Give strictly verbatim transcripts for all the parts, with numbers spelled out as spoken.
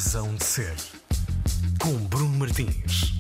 Razão de Ser, com Bruno Martins.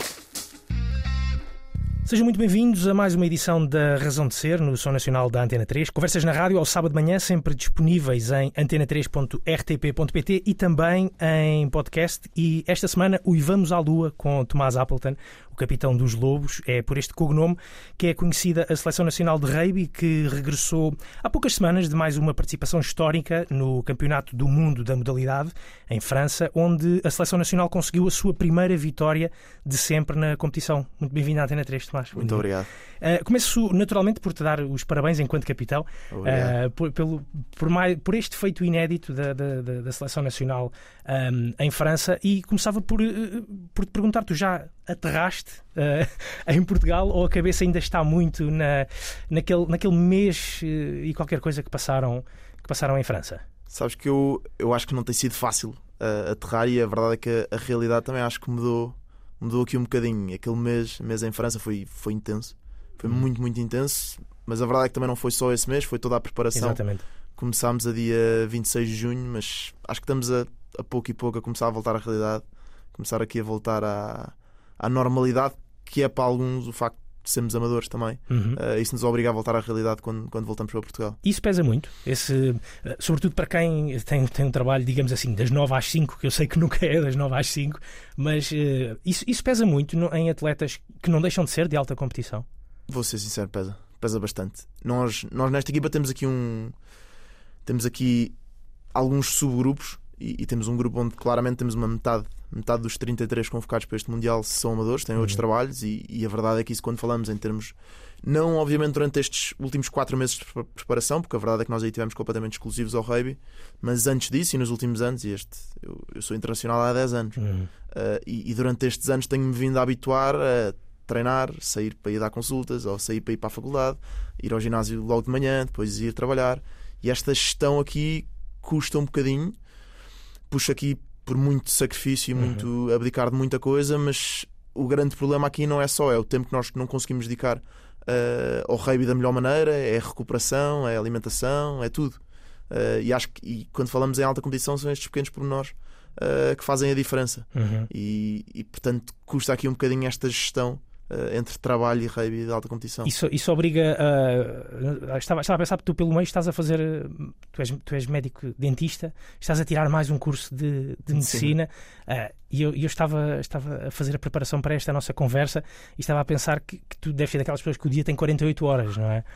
Sejam muito bem-vindos a mais uma edição da Razão de Ser no Som Nacional da Antena três. Conversas na rádio ao sábado de manhã, sempre disponíveis em antena três ponto r t p ponto p t e também em podcast. E esta semana uivamos à lua com Tomás Appleton, o capitão dos Lobos. É por este cognome que é conhecida a Seleção Nacional de Rugby, que regressou há poucas semanas de mais uma participação histórica no Campeonato do Mundo da modalidade, em França, onde a Seleção Nacional conseguiu a sua primeira vitória de sempre na competição. Muito bem-vindo à Antena três, Tomás. Muito obrigado. Uh, começo naturalmente por te dar os parabéns enquanto capitão, uh, por, pelo, por, mais, por este feito inédito da, da, da Seleção Nacional um, em França, e começava por, uh, por te perguntar, tu já aterraste uh, em Portugal ou a cabeça ainda está muito na, naquele, naquele mês uh, e qualquer coisa que passaram, que passaram em França? Sabes que eu, eu acho que não tem sido fácil uh, aterrar, e a verdade é que a, a realidade também acho que mudou Mudou aqui um bocadinho. Aquele mês, mês em França foi, foi intenso. Foi hum. muito, muito intenso. Mas a verdade é que também não foi só esse mês, foi toda a preparação. Exatamente. Começámos a dia vinte e seis de junho, mas acho que estamos a, a pouco e pouco a começar a voltar à realidade. Começar aqui a voltar à, à normalidade, que é para alguns o facto de sermos amadores também. Uhum. Uh, isso nos obriga a voltar à realidade quando, quando voltamos para Portugal. Isso pesa muito, esse, sobretudo para quem tem, tem um trabalho, digamos assim, das nove às cinco, que eu sei que nunca é das nove às cinco, mas uh, isso, isso pesa muito no, em atletas que não deixam de ser de alta competição? Vou ser sincero, pesa. Pesa bastante. Nós, nós nesta equipa temos aqui um... Temos aqui alguns subgrupos, e, e temos um grupo onde claramente temos uma metade metade dos trinta e três convocados para este Mundial são amadores, têm outros uhum. trabalhos, e, e a verdade é que isso, quando falamos em termos, não obviamente durante estes últimos quatro meses de preparação, porque a verdade é que nós aí estivemos completamente exclusivos ao rugby, mas antes disso e nos últimos anos, e este, eu, eu sou internacional há dez anos, uhum. uh, e, e durante estes anos tenho-me vindo a habituar a treinar, sair para ir dar consultas, ou sair para ir para a faculdade, ir ao ginásio logo de manhã, depois ir trabalhar, e esta gestão aqui custa um bocadinho, puxa aqui por muito sacrifício e muito uhum. abdicar de muita coisa, mas o grande problema aqui não é só, é o tempo que nós não conseguimos dedicar uh, ao rugby da melhor maneira, é a recuperação, é a alimentação, é tudo. Uh, e acho que e quando falamos em alta competição são estes pequenos pormenores uh, que fazem a diferença. Uhum. E, e portanto custa aqui um bocadinho esta gestão Uh, entre trabalho e rugby de alta competição. Isso, isso obriga a... Estava, estava a pensar que tu pelo meio estás a fazer... Tu és, tu és médico dentista, estás a tirar mais um curso de, de medicina, uh, e eu, eu estava, estava a fazer a preparação para esta nossa conversa e estava a pensar que, que tu deves ser daquelas pessoas que o dia tem quarenta e oito horas, não é?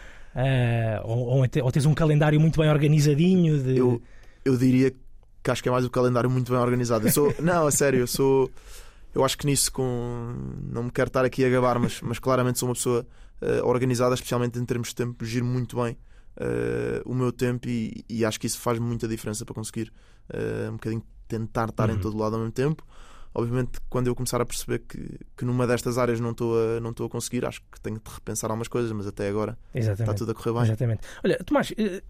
Uh, ou, ou, ou tens um calendário muito bem organizadinho de... eu, eu diria que acho que é mais o calendário muito bem organizado. Eu sou... Não, a sério, eu sou... Eu acho que nisso, com... não me quero estar aqui a gabar, mas, mas claramente sou uma pessoa uh, organizada, especialmente em termos de tempo. Giro muito bem uh, o meu tempo, e, e acho que isso faz muita diferença para conseguir uh, um bocadinho tentar estar uhum. em todo lado ao mesmo tempo. Obviamente, quando eu começar a perceber que, que numa destas áreas não estou a, não estou a conseguir, acho que tenho de repensar algumas coisas, mas até agora Exatamente. Está tudo a correr bem. Exatamente. Olha, Tomás,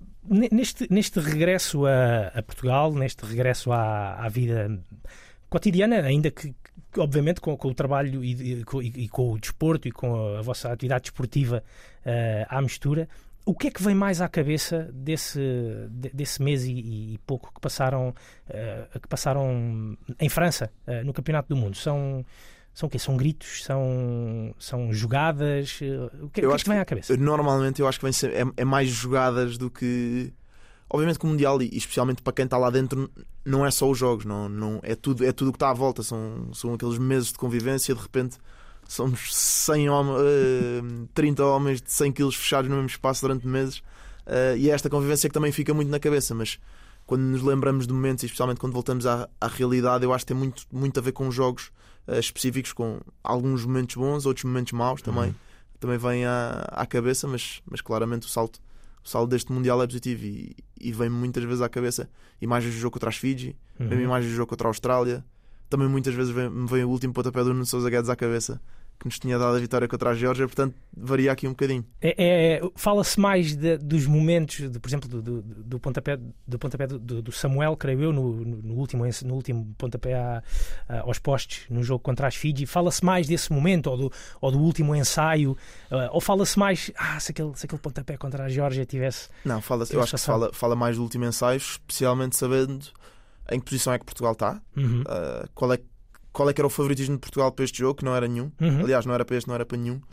neste, neste regresso a, a Portugal, neste regresso à, à vida cotidiana, ainda que obviamente com, com o trabalho e, e, e, e com o desporto e com a vossa atividade desportiva uh, à mistura, o que é que vem mais à cabeça desse, desse mês e, e pouco que passaram, uh, que passaram em França, uh, no Campeonato do Mundo? São, são o quê? São gritos? São, são jogadas? Uh, o que, o que é que vem à cabeça? Normalmente eu acho que vem ser, é, é mais jogadas do que... Obviamente que o Mundial, e especialmente para quem está lá dentro, não é só os jogos, não, não, é tudo é tudo o que está à volta. São, são aqueles meses de convivência. De repente somos cem homens, uh, trinta homens de cem quilos fechados no mesmo espaço durante meses, uh, e é esta convivência que também fica muito na cabeça. Mas quando nos lembramos de momentos, e especialmente quando voltamos à, à realidade, eu acho que tem muito, muito a ver com jogos uh, específicos, com alguns momentos bons, outros momentos maus também, uhum. também vêm à, à cabeça, mas, mas claramente o salto O saldo deste Mundial é positivo, e, e vem muitas vezes à cabeça imagens do jogo contra as Fiji, uhum. vem imagens do jogo contra a Austrália, também muitas vezes vem, me vem o último pontapé do Nuno Sousa Guedes à cabeça, que nos tinha dado a vitória contra a Geórgia. Portanto varia aqui um bocadinho. É, é, fala-se mais de, dos momentos, de, por exemplo, do, do, do pontapé, do, pontapé do, do Samuel, creio eu, no, no, último, no último pontapé à, à, aos postes no jogo contra as Fiji. Fala-se mais desse momento, ou do, ou do último ensaio, ou fala-se mais ah, se, aquele, se aquele pontapé contra a Geórgia tivesse... Não, fala eu acho que se fala, fala mais do último ensaio, especialmente sabendo em que posição é que Portugal está, Uhum. uh, qual, é, qual é que era o favoritismo de Portugal para este jogo, que não era nenhum. Uhum. Aliás, não era para este, não era para nenhum.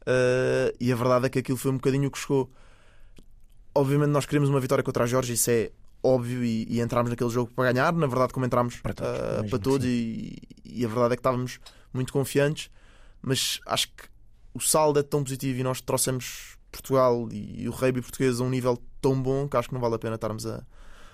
Uh, e a verdade é que aquilo foi um bocadinho o que chegou. Obviamente nós queríamos uma vitória contra a Geórgia, isso é óbvio, e, e entramos naquele jogo para ganhar, na verdade, como entramos Para todos, uh, imagino para que todos sim. e, e a verdade é que estávamos muito confiantes, mas acho que o saldo é tão positivo e nós trouxemos Portugal e, e o rugby português a um nível tão bom que acho que não vale a pena estarmos a,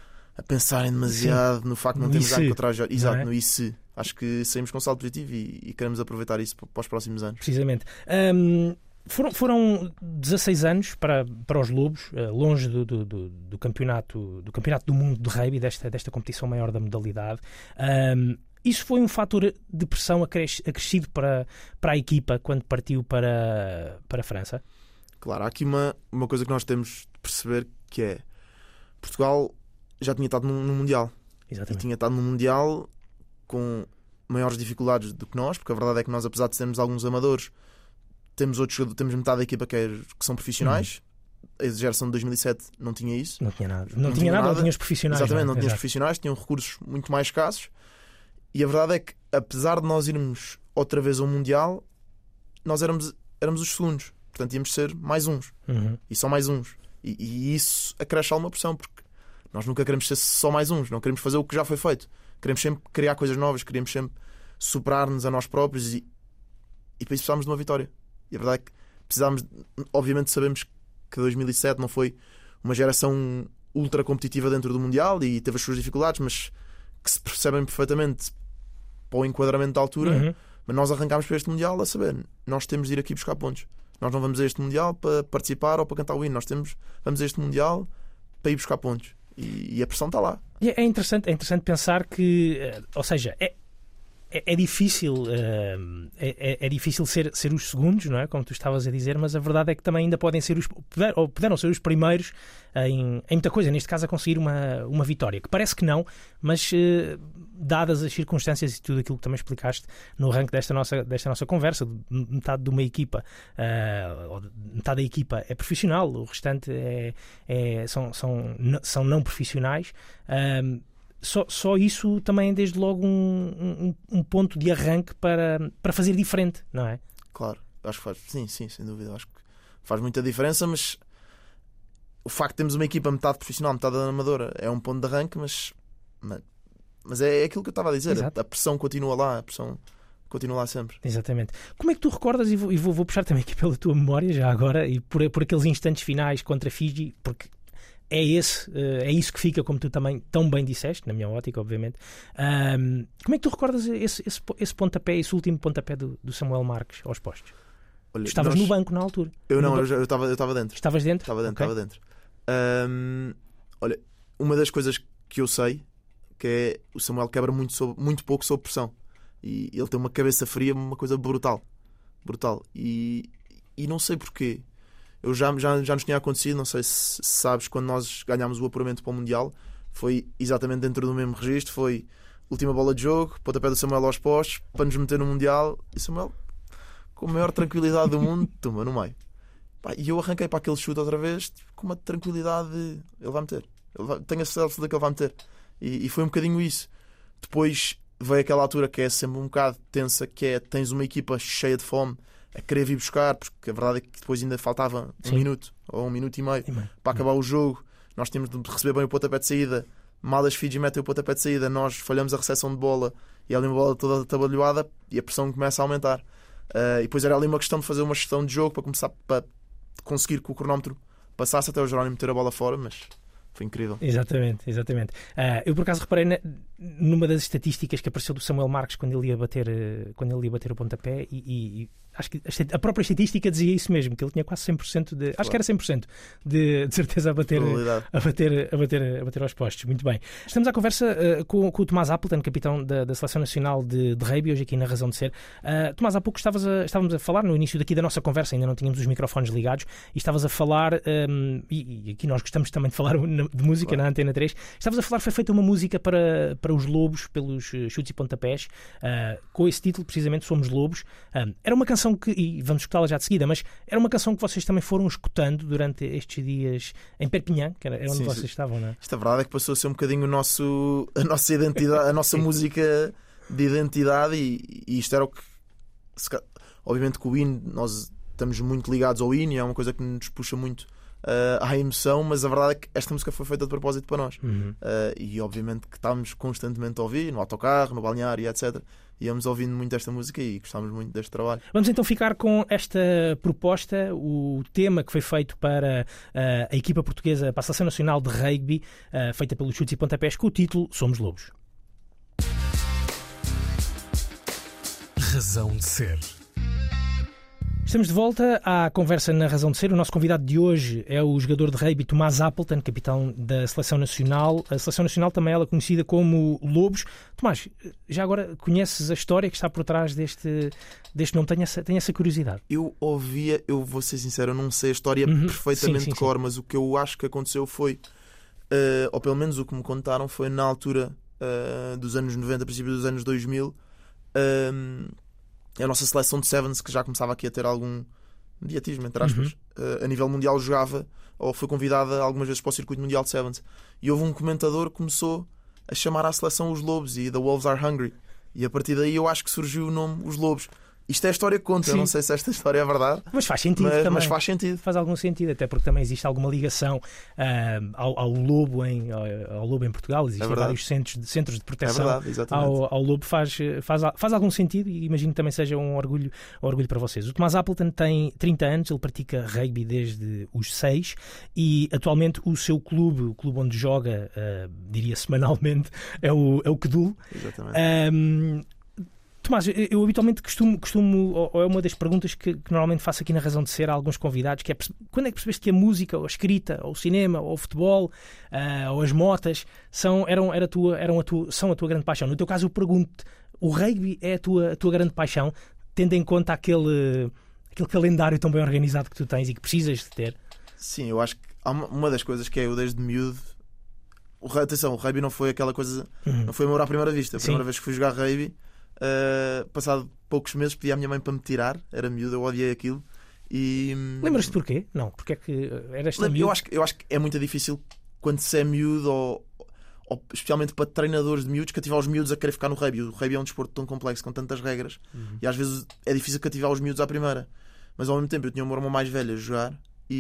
a pensar em demasiado no facto de não No termos e ganho se, contra a Geórgia. não Exato, é? no I C. Acho que saímos com um saldo positivo e, e queremos aproveitar isso para, para os próximos anos. Precisamente. Hum, foram, foram dezasseis anos para, para os Lobos, uh, longe do, do, do, do, campeonato, do campeonato do mundo de rugby, desta, desta competição maior da modalidade. Um, isso foi um fator de pressão acres, acrescido para, para a equipa quando partiu para, para a França? Claro, há aqui uma, uma coisa que nós temos de perceber, que é Portugal já tinha estado no, no Mundial. Exatamente. E tinha estado no Mundial com maiores dificuldades do que nós, porque a verdade é que nós, apesar de sermos alguns amadores, temos outros jogadores, temos metade da equipa que, é, que são profissionais. Uhum. A geração de dois mil e sete não tinha isso. Não tinha nada. Não, Não tinha, tinha nada, nada. não tinha os profissionais. Exatamente, não, não é? tinha os Exato. profissionais, tinham recursos muito mais escassos. E a verdade é que, apesar de nós irmos outra vez ao Mundial, nós éramos, éramos os segundos. Portanto, íamos ser mais uns. Uhum. E só mais uns. E, e isso acresce alguma pressão, porque nós nunca queremos ser só mais uns. Não queremos fazer o que já foi feito. Queremos sempre criar coisas novas, queremos sempre superar-nos a nós próprios e, e para isso precisamos de uma vitória. E a verdade é que precisamos, obviamente sabemos que dois mil e sete não foi uma geração ultra competitiva dentro do Mundial e teve as suas dificuldades, mas que se percebem perfeitamente para o enquadramento da altura. Uhum. Mas nós arrancámos para este Mundial a saber, nós temos de ir aqui buscar pontos. Nós não vamos a este Mundial para participar ou para cantar o hino, nós temos, vamos a este Mundial para ir buscar pontos. E, e a pressão está lá. E é interessante, é interessante pensar que, ou seja, é, é, é difícil, é, é difícil ser, ser os segundos, não é? Como tu estavas a dizer, mas a verdade é que também ainda podem ser os, puder, ou puderam ser os primeiros em, em muita coisa, neste caso a conseguir uma, uma vitória, que parece que não, mas dadas as circunstâncias e tudo aquilo que também explicaste no arranque desta nossa, desta nossa conversa, metade de uma equipa, metade da equipa é profissional, o restante é, é, são, são, são não profissionais. Só, só isso também é desde logo um, um, um ponto de arranque para, para fazer diferente, não é? Claro, acho que faz, sim, sim, sem dúvida, acho que faz muita diferença, mas o facto de termos uma equipa metade profissional, metade amadora é um ponto de arranque, mas, mas, mas é aquilo que eu estava a dizer, a, a pressão continua lá, a pressão continua lá sempre. Exatamente. Como é que tu recordas, e vou, e vou, vou puxar também aqui pela tua memória já agora, e por, por aqueles instantes finais contra Fiji, porque é, esse, é isso que fica, como tu também tão bem disseste, na minha ótica, obviamente. Um, como é que tu recordas esse, esse, esse pontapé, esse último pontapé do, do Samuel Marques aos postos? Olha, tu estavas nós... no banco na altura? Eu não, no eu estava eu estava dentro. Estavas dentro? Estava dentro, okay. estava dentro. Um, olha, uma das coisas que eu sei que é o Samuel quebra muito, sobre, muito pouco sob pressão. E ele tem uma cabeça fria, uma coisa brutal. Brutal. E, e não sei porquê. Eu já, já, já nos tinha acontecido, não sei se, se sabes, quando nós ganhámos o apuramento para o Mundial, foi exatamente dentro do mesmo registro, foi última bola de jogo, pontapé do Samuel aos postos, para nos meter no Mundial, e Samuel, com a maior tranquilidade do mundo, toma no meio. Pá, e eu arranquei para aquele chute outra vez, com uma tranquilidade, de, ele vai meter, ele vai, tenho a certeza que ele vai meter. E, e foi um bocadinho isso. Depois veio aquela altura que é sempre um bocado tensa, que é, tens uma equipa cheia de fome, a querer vir buscar, porque a verdade é que depois ainda faltava um Sim. minuto ou um minuto e meio e meio. para acabar o jogo. Nós tínhamos de receber bem o pontapé de saída. Mal as Fiji metem o pontapé de saída, nós falhamos a recepção de bola e ali uma bola toda atabalhoada e a pressão começa a aumentar. Uh, e depois era ali uma questão de fazer uma gestão de jogo para começar, para conseguir que o cronómetro passasse até o Jerónimo meter a bola fora, mas foi incrível. Exatamente, exatamente. Uh, eu por acaso reparei na, numa das estatísticas que apareceu do Samuel Marques quando ele ia bater, uh, quando ele ia bater o pontapé e, e, e acho que a própria estatística dizia isso mesmo, que ele tinha quase cem por cento de, claro. acho que era cem por cento de, de certeza a bater, a, bater, a, bater, a bater aos postos. Muito bem. Estamos à conversa uh, com, com o Tomás Appleton, capitão da, da Seleção Nacional de, de Rugby, hoje aqui na Razão de Ser. Uh, Tomás, há pouco estavas a, estávamos a falar, no início daqui da nossa conversa, ainda não tínhamos os microfones ligados, e estavas a falar, um, e, e aqui nós gostamos também de falar de música, claro. Na Antena três, estavas a falar, foi feita uma música para, para os Lobos, pelos chutes e pontapés, uh, com esse título, precisamente, Somos Lobos. Um, era uma canção canção que, e vamos escutá-la já de seguida, mas era uma canção que vocês também foram escutando durante estes dias em Perpignan, que era, era onde Sim, vocês sim. estavam, não é? Isto a verdade é que passou a ser um bocadinho o nosso, a nossa identidade, a nossa música de identidade, e, e isto era o que, se ca- obviamente que o hino, nós estamos muito ligados ao hino, e é uma coisa que nos puxa muito uh, à emoção, mas a verdade é que esta música foi feita de propósito para nós. Uhum. Uh, e obviamente que estávamos constantemente a ouvir, no autocarro, no balneário, etcétera. Íamos ouvindo muito esta música e gostávamos muito deste trabalho. Vamos então ficar com esta proposta, o tema que foi feito para uh, a equipa portuguesa, para a Seleção Nacional de Rugby, uh, feita pelos Chutes e Pontapés, com o título Somos Lobos. Razão de Ser. Estamos de volta à conversa na Razão de Ser. O nosso convidado de hoje é o jogador de rugby Tomás Appleton, capitão da Seleção Nacional. A Seleção Nacional também ela é conhecida como Lobos. Tomás, já agora conheces a história que está por trás deste, deste nome? Tenho essa, tenho essa curiosidade. Eu ouvia, eu vou ser sincero, eu não sei a história Uhum. perfeitamente Sim, sim, de cor, mas o que eu acho que aconteceu foi, uh, ou pelo menos o que me contaram, foi na altura uh, dos anos noventa, princípio dos anos dois mil, uh, a nossa seleção de Sevens, que já começava aqui a ter algum mediatismo, entre aspas, Uhum. uh, a nível mundial, jogava ou foi convidada algumas vezes para o circuito mundial de Sevens. E houve um comentador que começou a chamar à seleção os Lobos e The Wolves Are Hungry. E a partir daí eu acho que surgiu o nome Os Lobos. Isto é a história que conta, Sim. eu não sei se esta história é verdade, Mas faz sentido mas, também. mas faz sentido. Faz algum sentido, até porque também existe alguma ligação ah, ao, ao lobo em, ao, ao lobo em Portugal. Existem É verdade. vários centros de, centros de É proteção verdade, exatamente. ao, ao lobo. Faz, faz, faz algum sentido e imagino que também seja um orgulho, um orgulho para vocês. O Tomás Appleton tem trinta anos, ele pratica rugby desde os seis e atualmente o seu clube, o clube onde joga, ah, diria semanalmente, é o, é o Quedul. Exatamente. Um, Tomás, eu, eu habitualmente costumo, costumo, ou é uma das perguntas que, que normalmente faço aqui na Razão de Ser a alguns convidados, que é quando é que percebeste que a música, ou a escrita, ou o cinema, ou o futebol, uh, ou as motas são, eram, era a tua, eram a tua, são a tua grande paixão? No teu caso eu pergunto, o rugby é a tua, a tua grande paixão, tendo em conta aquele, aquele calendário tão bem organizado que tu tens e que precisas de ter? Sim, eu acho que há uma, uma das coisas que é eu desde miúdo. O, ru- atenção, o rugby não foi aquela coisa, Uhum. não foi amor à primeira vista. A Sim. primeira vez que fui jogar rugby, uh, passado poucos meses, pedi à minha mãe para me tirar. Era miúdo, eu odiei aquilo. E Lembras-te porquê? Não, porque é que eras tão Lembro- miúdo? eu, acho, que- eu acho que é muito difícil quando se é miúdo, ou, ou especialmente para treinadores de miúdos, cativar os miúdos a querer ficar no rugby. O rugby é um desporto tão complexo, com tantas regras, Uhum. e às vezes é difícil cativar os miúdos à primeira. Mas ao mesmo tempo eu tinha uma irmã mais velha a jogar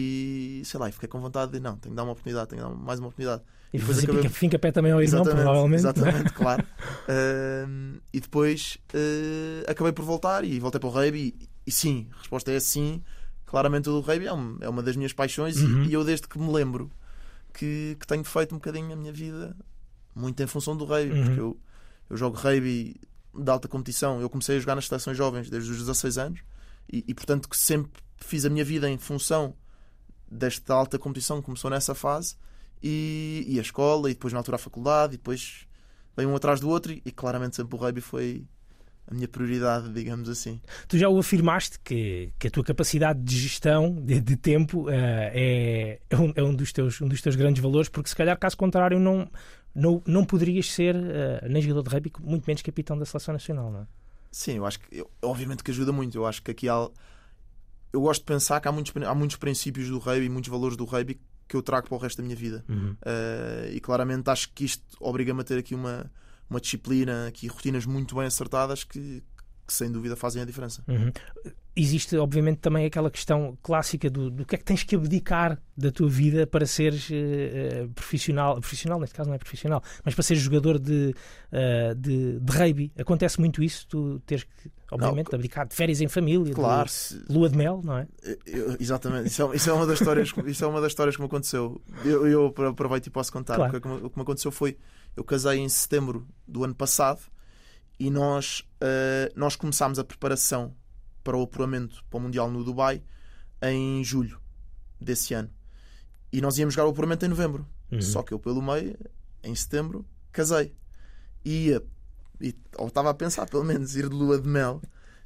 e sei lá, e fiquei com vontade de não, tenho que dar uma oportunidade, tenho que dar mais uma oportunidade. E depois fazer acabei- pica- finca-pé também ao irmão, Exatamente, provavelmente. exatamente, claro. Ahm, e depois ah, acabei por voltar e voltei para o rugby. E, e sim, a resposta é sim. Claramente o rugby é, um- é uma das minhas paixões. e- Uhum. e, eu desde que me lembro que, que tenho feito um bocadinho a minha vida muito em função do rugby. Uhum. Porque eu, eu jogo rugby de alta competição. Eu comecei a jogar nas seleções jovens desde os dezasseis anos e, e portanto que sempre fiz a minha vida em função desta alta competição que começou nessa fase. E, e a escola, e depois na altura a faculdade, e depois vem um atrás do outro, e, e claramente sempre o rugby foi a minha prioridade, digamos assim. Tu já o afirmaste que, que a tua capacidade de gestão de, de tempo eh, é, é, um, é um, dos teus, um dos teus grandes valores, porque se calhar, caso contrário, não, não, não poderias ser eh, nem jogador de rugby, muito menos capitão da Seleção Nacional, não é? Sim, eu acho que eu- obviamente que ajuda muito. Eu acho que aqui há, eu gosto de pensar que há muitos, há muitos princípios do rugby, muitos valores do rugby que eu trago para o resto da minha vida. Uhum. Uh, e claramente acho que isto obriga-me a ter aqui uma, uma disciplina, aqui rotinas muito bem acertadas que, que sem dúvida fazem a diferença. Uhum. Existe, obviamente, também aquela questão clássica do, do que é que tens que abdicar da tua vida para seres eh, profissional, profissional, neste caso não é profissional, mas para seres jogador de, eh, de, de rugby. Acontece muito isso, tu teres que, obviamente, Não, abdicar de férias em família, Claro, de se- lua de mel, não é? eu- exatamente. Isso é, isso é uma das histórias, isso é uma das histórias que me aconteceu. Eu, eu aproveito e posso contar. Claro. O que, o que me aconteceu foi, eu casei em setembro do ano passado e nós, uh, nós começámos a preparação para o apuramento para o Mundial no Dubai em julho desse ano. E nós íamos jogar o apuramento em novembro. Uhum. Só que eu, pelo meio, em setembro, casei. E ia, e, ou estava a pensar, pelo menos, ir de lua de mel.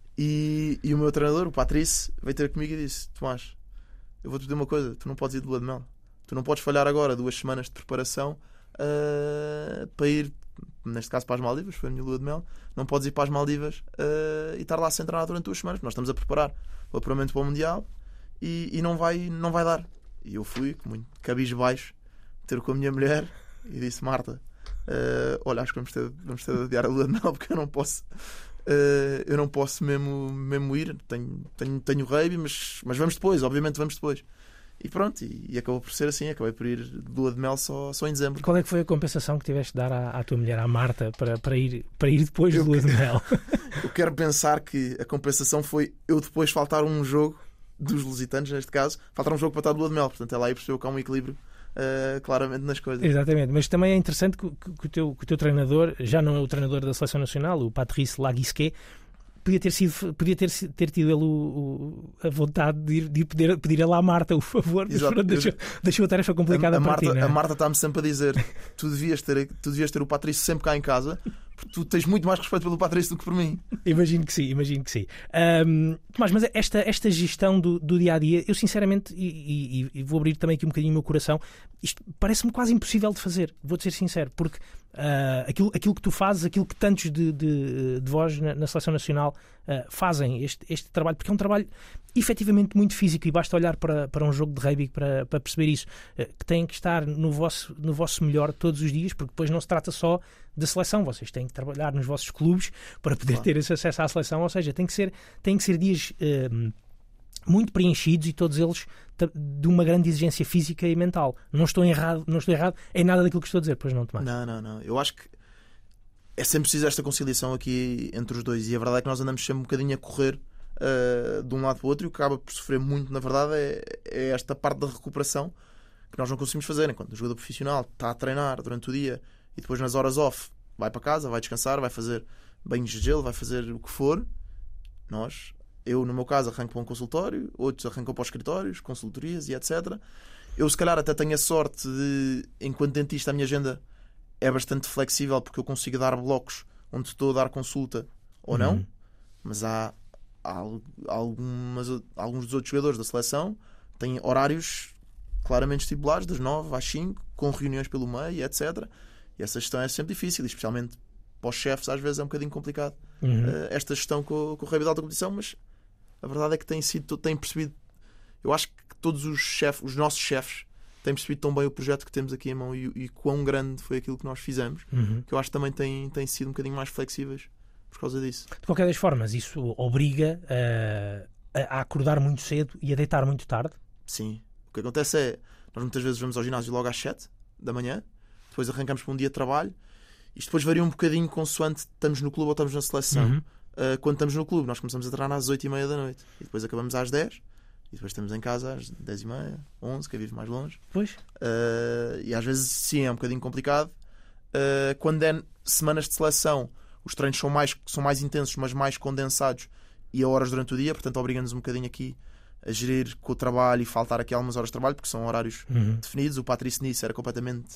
E, e o meu treinador, o Patrice, veio ter comigo e disse: Tomás, eu vou-te pedir uma coisa, tu não podes ir de lua de mel. Tu não podes falhar agora duas semanas de preparação uh, para ir neste caso para as Maldivas, foi a minha lua de mel, não podes ir para as Maldivas uh, e estar lá sem treinar durante duas semanas, nós estamos a preparar o apuramento para o Mundial e, e não, vai, não vai dar. E eu fui, com muito cabisbaixo, ter com a minha mulher e disse: Marta, uh, olha, acho que vamos ter, vamos ter de adiar a lua de mel porque eu não posso, uh, eu não posso mesmo, mesmo ir, tenho, tenho, tenho rugby, mas, mas vamos depois, obviamente vamos depois. E pronto, e, e acabou por ser assim, acabei por ir de lua de mel só, só em dezembro. Qual é que foi a compensação que tiveste de dar à, à tua mulher, à Marta, para, para, ir, para ir depois de lua de mel? Eu quero pensar que a compensação foi eu depois faltar um jogo dos lusitanos, neste caso, faltar um jogo para estar de lua de mel, portanto ela aí percebeu que há um equilíbrio uh, claramente nas coisas. Exatamente, mas também é interessante que, que, que, o teu, que o teu treinador, já não é o treinador da Seleção Nacional, o Patrice Laguisquet, podia ter sido, podia ter, ter tido ele o, o, a vontade de ir, de ir pedir, pedir a lá a Marta o favor, mas Exato. Pronto, deixou, deixou a tarefa complicada a, a para Marta, ti, a Marta está-me sempre a dizer: tu devias ter, tu devias ter o Patrício sempre cá em casa, porque tu tens muito mais respeito pelo Patrício do que por mim. Imagino que sim, imagino que sim. Um, Tomás, mas esta, esta gestão do, do dia a dia, eu sinceramente, e, e, e vou abrir também aqui um bocadinho o meu coração, isto parece-me quase impossível de fazer, vou-te ser sincero, porque uh, aquilo, aquilo que tu fazes, aquilo que tantos de, de, de vós na, na Seleção Nacional uh, fazem, este, este trabalho, porque é um trabalho efetivamente muito físico, e basta olhar para, para um jogo de rugby para, para perceber isso, uh, que têm que estar no vosso, no vosso melhor todos os dias, porque depois não se trata só da seleção, vocês têm que trabalhar nos vossos clubes para poder Claro. ter esse acesso à seleção, ou seja, tem que ser, tem que ser dias uh, muito preenchidos, e todos eles de uma grande exigência física e mental. Não estou errado, não estou errado em nada daquilo que estou a dizer, pois não, Tomás? Não, não, não. Eu acho que é sempre preciso esta conciliação aqui entre os dois, e a verdade é que nós andamos sempre um bocadinho a correr uh, de um lado para o outro, e o que acaba por sofrer muito, na verdade, é, é esta parte da recuperação que nós não conseguimos fazer. Enquanto o jogador profissional está a treinar durante o dia e depois nas horas off vai para casa, vai descansar, vai fazer banhos de gelo, vai fazer o que for, nós, eu no meu caso arranco para um consultório, outros arrancam para os escritórios, consultorias e etcétera. Eu se calhar até tenho a sorte de, enquanto dentista, a minha agenda é bastante flexível, porque eu consigo dar blocos onde estou a dar consulta ou não, Uhum. mas há, há algumas, alguns dos outros jogadores da seleção têm horários claramente estipulados, das nove às cinco, com reuniões pelo meio, etcétera. E essa gestão é sempre difícil, especialmente para os chefes, às vezes é um bocadinho complicado Uhum. uh, esta gestão com, com o rugby de alta competição, mas a verdade é que tem sido, tem percebido, eu acho que todos os chefes, os nossos chefes, têm percebido tão bem o projeto que temos aqui em mão, e, e quão grande foi aquilo que nós fizemos, Uhum. que eu acho que também têm, têm sido um bocadinho mais flexíveis por causa disso. De qualquer das formas, isso obriga uh, a acordar muito cedo e a deitar muito tarde. Sim. O que acontece é, nós muitas vezes vamos ao ginásio logo às sete da manhã, depois arrancamos para um dia de trabalho. Isto depois varia um bocadinho consoante estamos no clube ou estamos na seleção. Uhum. Uh, quando estamos no clube, nós começamos a treinar às oito e meia da noite e depois acabamos às dez, e depois estamos em casa às dez e meia, onze, que vive mais longe. Pois. Uh, e às vezes sim, é um bocadinho complicado. Uh, quando é semanas de seleção, os treinos são mais, são mais intensos, mas mais condensados, e a horas durante o dia, portanto obriga-nos um bocadinho aqui a gerir com o trabalho e faltar aqui algumas horas de trabalho, porque são horários Uhum. definidos. O Patrício nisso era completamente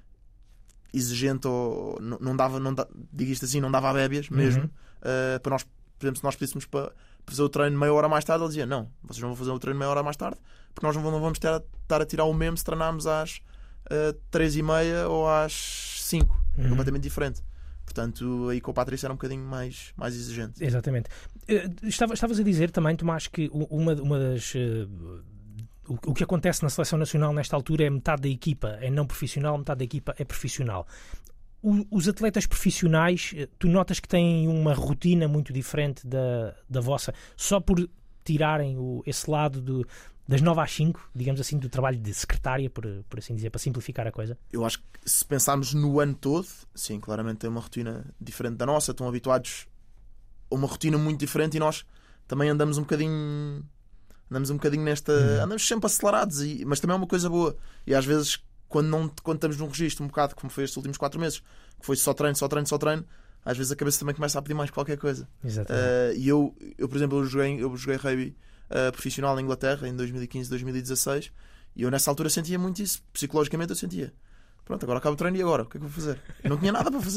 exigente, ou não, não dava, não da, digo isto assim, não dava a bébias mesmo. Uhum. Uh, para nós, por exemplo, se nós pedíssemos para fazer o treino meia hora mais tarde, ele dizia: não, vocês não vão fazer o treino meia hora mais tarde, porque nós não vamos ter a, estar a tirar o mesmo se treinarmos às uh, três e meia ou às cinco. Uhum. Completamente diferente. Portanto, aí com o Patrício era um bocadinho mais, mais exigente. Exatamente. Uh, estava, estavas a dizer também, Tomás, que uma, uma das... Uh, o, o que acontece na Seleção Nacional nesta altura é metade da equipa é não profissional, metade da equipa é profissional. O, os atletas profissionais, tu notas que têm uma rotina muito diferente da, da vossa, só por tirarem o, esse lado do, das nove às cinco, digamos assim, do trabalho de secretária, por, por assim dizer, para simplificar a coisa? Eu acho que se pensarmos no ano todo, sim, claramente tem uma rotina diferente da nossa, estão habituados a uma rotina muito diferente, e nós também andamos um bocadinho andamos um bocadinho nesta Uhum. andamos sempre acelerados, e, mas também é uma coisa boa. E às vezes quando, não, quando estamos num registro um bocado como foi estes últimos quatro meses, que foi só treino, só treino, só treino, às vezes a cabeça também começa a pedir mais qualquer coisa. Exatamente. Uh, e eu, eu, por exemplo, eu joguei, eu joguei rugby uh, profissional na Inglaterra em dois mil e quinze, dois mil e dezasseis, e eu nessa altura sentia muito isso. Psicologicamente eu sentia: pronto, agora acaba o treino, e agora? O que é que eu vou fazer? Eu não tinha nada para fazer.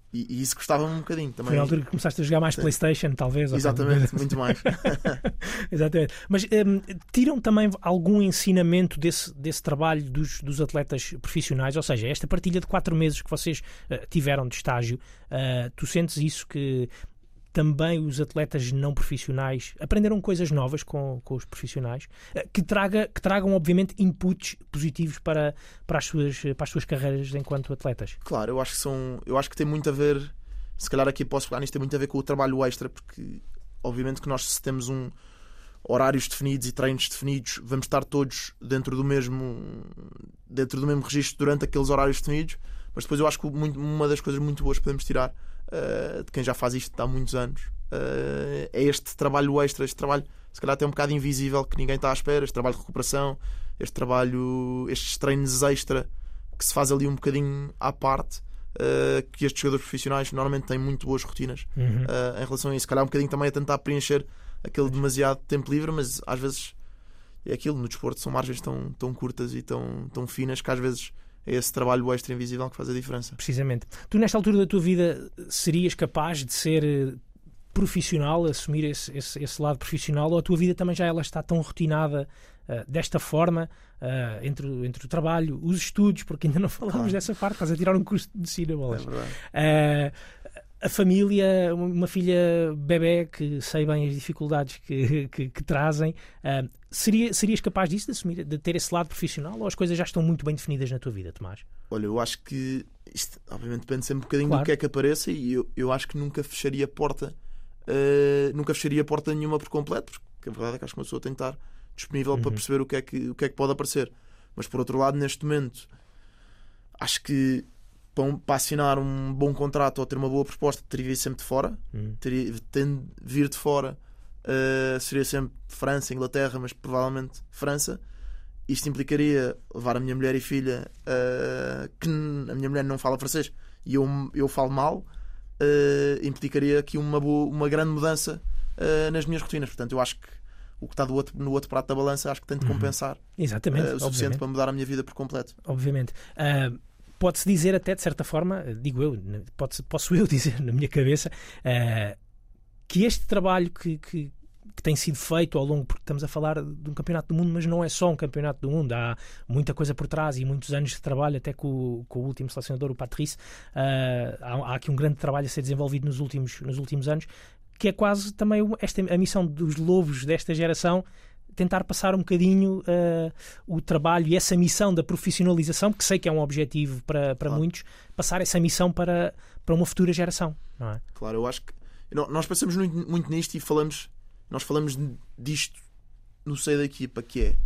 E, e isso gostava-me um bocadinho também. Foi na altura que começaste a jogar mais Sim. PlayStation, talvez. Exatamente, muito mais. Exatamente. Mas um, tiram também algum ensinamento desse, desse trabalho dos, dos atletas profissionais? Ou seja, esta partilha de quatro meses que vocês uh, tiveram de estágio, uh, tu sentes isso que também os atletas não profissionais aprenderam coisas novas com, com os profissionais, uh, que, traga, que tragam, obviamente, inputs positivos para, para, as suas, para as suas carreiras enquanto atletas? Claro, eu acho que são, eu acho que tem muito a ver, se calhar aqui posso falar nisto, tem muito a ver com o trabalho extra, porque obviamente que nós, se temos um horários definidos e treinos definidos, vamos estar todos dentro do mesmo dentro do mesmo registro durante aqueles horários definidos, mas depois eu acho que muito, uma das coisas muito boas que podemos tirar uh, de quem já faz isto há muitos anos uh, é este trabalho extra, este trabalho se calhar até um bocado invisível, que ninguém está à espera, este trabalho de recuperação, este trabalho, estes treinos extra que se faz ali um bocadinho à parte, uh, que estes jogadores profissionais normalmente têm muito boas rotinas Uhum. uh, em relação a isso. Se calhar um bocadinho também a tentar preencher aquele demasiado tempo livre, mas às vezes é aquilo, no desporto são margens tão, tão curtas e tão, tão finas que às vezes é esse trabalho extra invisível que faz a diferença. Precisamente. Tu, nesta altura da tua vida, serias capaz de ser profissional, assumir esse, esse, esse lado profissional, ou a tua vida também já ela está tão rotinada uh, desta forma, uh, entre, entre o trabalho, os estudos, porque ainda não falámos Claro. dessa parte, estás a tirar um curso de medicina, bolas. É verdade. Uh, a família, uma filha bebé que sei bem as dificuldades que, que, que trazem, uh, seria, serias capaz disso, de assumir, de ter esse lado profissional, ou as coisas já estão muito bem definidas na tua vida, Tomás? Olha, eu acho que isto obviamente depende sempre um bocadinho Claro. do que é que apareça, e eu, eu acho que nunca fecharia a porta uh, nunca fecharia a porta nenhuma por completo, porque a verdade é que acho que uma pessoa tem que estar disponível Uhum. para perceber o que, é que, o que é que pode aparecer. Mas por outro lado, neste momento acho que para, um, para assinar um bom contrato ou ter uma boa proposta teria de vir sempre de fora. Uhum. Teria, tendo de vir de fora, uh, seria sempre França, Inglaterra, mas provavelmente França. Isto implicaria levar a minha mulher e filha, uh, que a minha mulher não fala francês e eu, eu falo mal, uh, implicaria aqui uma, boa, uma grande mudança uh, nas minhas rotinas. Portanto, eu acho que o que está do outro, no outro prato da balança, acho que tem de compensar Exatamente, uh, o suficiente obviamente. para mudar a minha vida por completo. Obviamente. Uh, pode-se dizer até, de certa forma, digo eu, pode posso eu dizer na minha cabeça, uh, que este trabalho que, que, que tem sido feito ao longo, porque estamos a falar de um campeonato do mundo, mas não é só um campeonato do mundo, há muita coisa por trás e muitos anos de trabalho, até com, com o último selecionador, o Patrice, uh, há, há aqui um grande trabalho a ser desenvolvido nos últimos, nos últimos anos, que é quase também esta, a missão dos lobos desta geração, tentar passar um bocadinho uh, o trabalho e essa missão da profissionalização, que sei que é um objetivo para, para Claro. muitos, passar essa missão para, para uma futura geração, não é? Claro, eu acho que nós pensamos muito, muito nisto e falamos, nós falamos disto no seio da equipa, que é,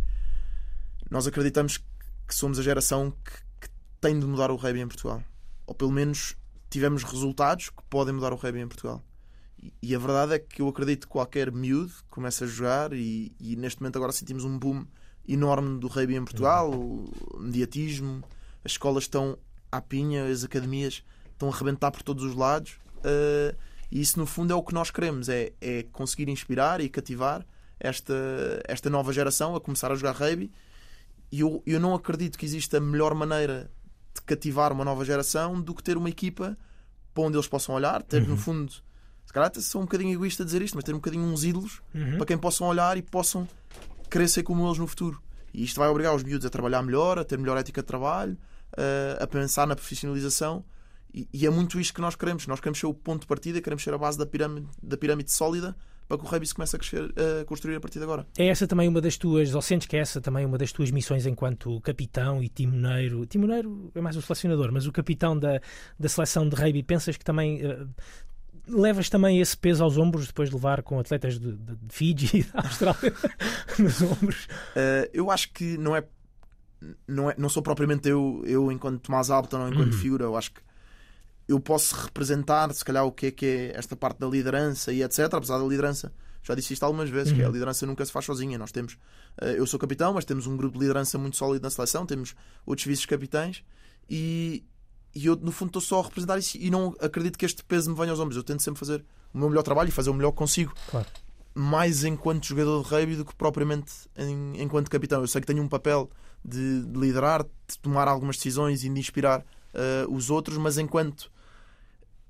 nós acreditamos que somos a geração que, que tem de mudar o rugby em Portugal, ou pelo menos tivemos resultados que podem mudar o rugby em Portugal. E, e a verdade é que eu acredito que qualquer miúdo começa a jogar e, e neste momento agora sentimos um boom enorme do rugby em Portugal, o mediatismo, as escolas estão à pinha, as academias estão a arrebentar por todos os lados, uh, e isso no fundo é o que nós queremos, é, é conseguir inspirar e cativar esta, esta nova geração a começar a jogar rugby. E eu, eu não acredito que exista melhor maneira de cativar uma nova geração do que ter uma equipa para onde eles possam olhar, ter Uhum. no fundo, se calhar até sou um bocadinho egoísta a dizer isto, mas ter um bocadinho uns ídolos Uhum. para quem possam olhar e possam querer ser como eles no futuro. E isto vai obrigar os miúdos a trabalhar melhor, a ter melhor ética de trabalho, a, a pensar na profissionalização. E, e é muito isto que nós queremos. Nós queremos ser o ponto de partida, queremos ser a base da pirâmide, da pirâmide sólida para que o rugby se comece a, crescer, a construir a partir de agora. É essa também uma das tuas, ou sentes que é essa também uma das tuas missões enquanto capitão e timoneiro? Timoneiro é mais o selecionador, mas o capitão da, da seleção de rugby, pensas que também uh, levas também esse peso aos ombros depois de levar com atletas de, de, de Fiji e da Austrália nos ombros? Uh, eu acho que não é, não é, não sou propriamente eu, eu enquanto Tomás Alberton ou enquanto Uhum. figura. Eu acho que eu posso representar, se calhar, o que é que é esta parte da liderança e etcétera. Apesar da liderança, já disse isto algumas vezes, Uhum. que a liderança nunca se faz sozinha. Nós temos, uh, eu sou capitão, mas temos um grupo de liderança muito sólido na seleção, temos outros vice-capitães e, e eu, no fundo, estou só a representar isso e não acredito que este peso me venha aos ombros. Eu tento sempre fazer o meu melhor trabalho e fazer o melhor que consigo. Claro. Mais enquanto jogador de rugby do que propriamente em, enquanto capitão. Eu sei que tenho um papel de, de liderar, de tomar algumas decisões e de inspirar uh, os outros, mas enquanto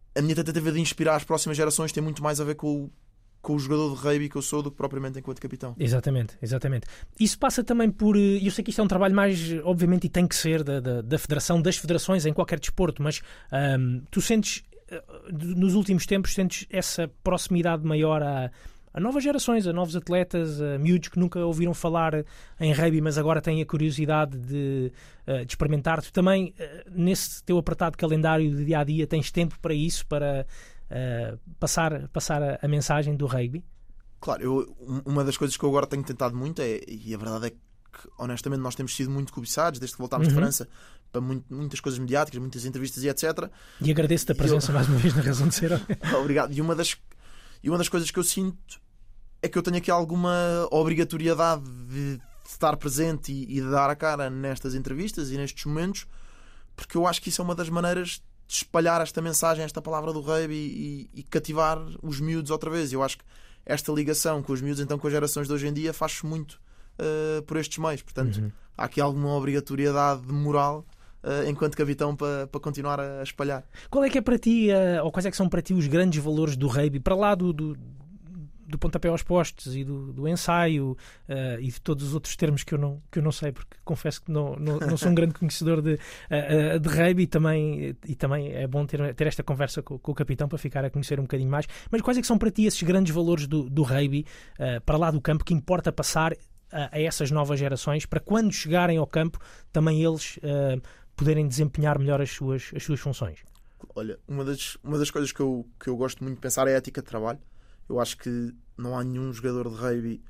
a minha tentativa de inspirar as próximas gerações tem muito mais a ver com o, com o jogador de rugby que eu sou do que propriamente enquanto capitão. Exatamente, exatamente. Isso passa também por... Eu sei que isto é um trabalho mais, obviamente, e tem que ser da, da, da federação, das federações em qualquer desporto, mas um, tu sentes, nos últimos tempos, sentes essa proximidade maior a, a novas gerações, a novos atletas, a miúdos que nunca ouviram falar em rugby, mas agora têm a curiosidade de, uh, de experimentar. Tu também, uh, nesse teu apertado calendário de dia-a-dia, tens tempo para isso, para... Uh, passar, passar a, a mensagem do rugby? Claro, eu, uma das coisas que eu agora tenho tentado muito é, e a verdade é que honestamente nós temos sido muito cobiçados desde que voltámos uhum. de França para muito, muitas coisas mediáticas, muitas entrevistas e etcétera. E agradeço-te a presença eu... mais uma vez na Razão de Ser. Obrigado. E uma, das, e uma das coisas que eu sinto é que eu tenho aqui alguma obrigatoriedade de estar presente e, e de dar a cara nestas entrevistas e nestes momentos, porque eu acho que isso é uma das maneiras de espalhar esta mensagem, esta palavra do rugby e, e cativar os miúdos outra vez. Eu acho que esta ligação com os miúdos, então com as gerações de hoje em dia, faz-se muito uh, por estes meios. Portanto, uhum. há aqui alguma obrigatoriedade moral uh, enquanto capitão para, para continuar a espalhar. Qual é que é para ti, uh, ou quais é que são para ti os grandes valores do rugby, para lá do, do, do pontapé aos postes e do, do ensaio uh, e de todos os outros termos que eu não, que eu não sei, porque confesso que não, não, não sou um grande conhecedor de, uh, de rugby e também, e também é bom ter, ter esta conversa com, com o capitão para ficar a conhecer um bocadinho mais. Mas quais é que são para ti esses grandes valores do, do rugby, uh, para lá do campo, que importa passar a, a essas novas gerações, para quando chegarem ao campo também eles uh, poderem desempenhar melhor as suas, as suas funções? Olha, uma das, uma das coisas que eu, que eu gosto muito de pensar é a ética de trabalho. Eu acho que não há nenhum jogador de rugby,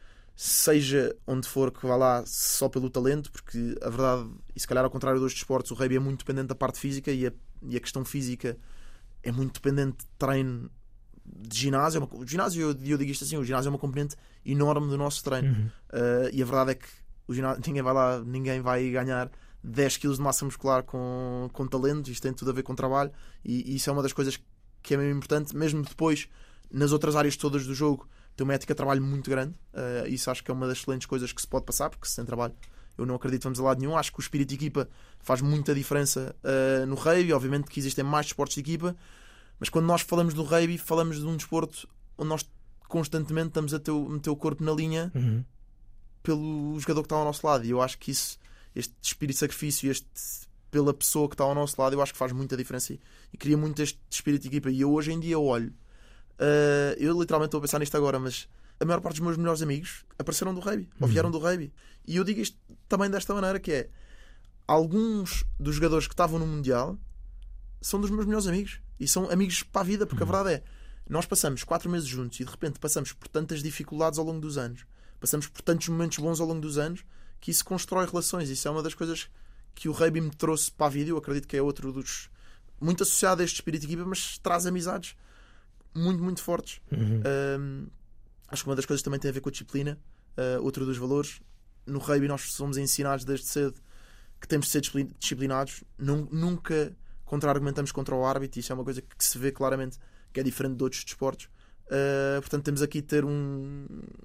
seja onde for, que vá lá só pelo talento, porque a verdade, e se calhar ao contrário dos desportos, o rugby é muito dependente da parte física e a, e a questão física é muito dependente de treino de ginásio. É uma, o ginásio, eu, eu digo isto assim, o ginásio é uma componente enorme do nosso treino. Uhum. Uh, e a verdade é que o ginásio, ninguém vai lá, ninguém vai ganhar dez quilos de massa muscular com, com talento. Isto tem tudo a ver com trabalho e, e isso é uma das coisas que é mesmo importante, mesmo depois nas outras áreas todas do jogo. Tem uma ética de trabalho muito grande. Uh, isso acho que é uma das excelentes coisas que se pode passar, porque sem trabalho eu não acredito que vamos a lado nenhum. Acho que o espírito de equipa faz muita diferença uh, no rugby. Obviamente que existem mais desportos de equipa, mas quando nós falamos do rugby, falamos de um desporto onde nós constantemente estamos a meter o corpo na linha uhum. pelo jogador que está ao nosso lado. E eu acho que isso, este espírito de sacrifício, este pela pessoa que está ao nosso lado, eu acho que faz muita diferença e, e cria muito este espírito de equipa. E eu hoje em dia olho, Uh, eu literalmente estou a pensar nisto agora, mas a maior parte dos meus melhores amigos apareceram do rugby, ou vieram do rugby. E eu digo isto também desta maneira, que é, alguns dos jogadores que estavam no Mundial são dos meus melhores amigos e são amigos para a vida, porque uhum. a verdade é, nós passamos quatro meses juntos e de repente passamos por tantas dificuldades ao longo dos anos, passamos por tantos momentos bons ao longo dos anos, que isso constrói relações. Isso é uma das coisas que o rugby me trouxe para a vida. Eu acredito que é outro dos, muito associado a este espírito de equipa, mas traz amizades muito, muito fortes. Uhum. Um, acho que uma das coisas também tem a ver com a disciplina. Uh, outro dos valores, no rugby nós somos ensinados desde cedo que temos de ser disciplinados. Nunca contra-argumentamos contra o árbitro. Isso é uma coisa que se vê claramente que é diferente de outros desportos. Uh, portanto temos aqui de ter um,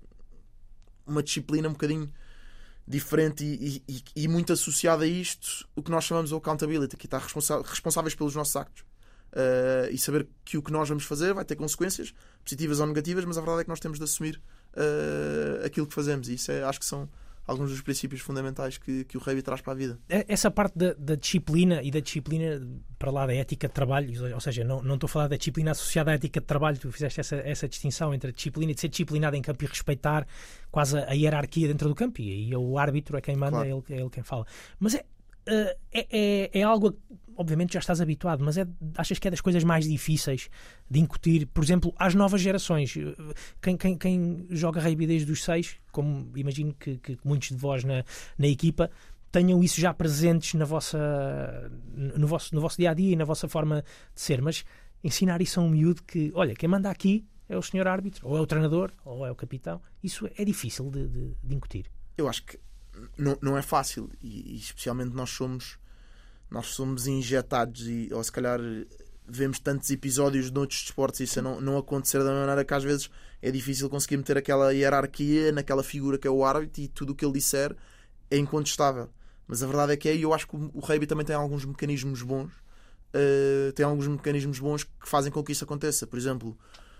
uma disciplina um bocadinho diferente e, e, e muito associada a isto, o que nós chamamos de accountability, que está responsa- responsáveis pelos nossos actos. Uh, e saber que o que nós vamos fazer vai ter consequências positivas ou negativas, mas a verdade é que nós temos de assumir uh, aquilo que fazemos, e isso é, acho que são alguns dos princípios fundamentais que, que o rugby traz para a vida. Essa parte da, da disciplina e da disciplina para lá da ética de trabalho, ou seja, não, não estou a falar da disciplina associada à ética de trabalho. Tu fizeste essa, essa distinção entre a disciplina e de ser disciplinado em campo e respeitar quase a, a hierarquia dentro do campo, e aí o árbitro é quem manda, claro. é, ele, é ele quem fala, mas é, é, é, é algo, obviamente já estás habituado, mas é, achas que é das coisas mais difíceis de incutir, por exemplo, às novas gerações? Quem, quem, quem joga rugby desde os seis, como imagino que, que muitos de vós na, na equipa tenham isso já presentes na vossa, no, vosso, no vosso dia-a-dia e na vossa forma de ser, mas ensinar isso a um miúdo que, olha, quem manda aqui é o senhor árbitro, ou é o treinador, ou é o capitão, isso é difícil de, de, de incutir. Eu acho que não, não é fácil, e, e especialmente nós somos nós somos injetados, e, ou se calhar vemos tantos episódios de outros desportos e isso não, não acontecer da maneira que às vezes é difícil conseguir meter aquela hierarquia naquela figura que é o árbitro, e tudo o que ele disser é incontestável. Mas a verdade é que é, e eu acho que o rugby também tem alguns mecanismos bons uh, tem alguns mecanismos bons que fazem com que isso aconteça. Por exemplo,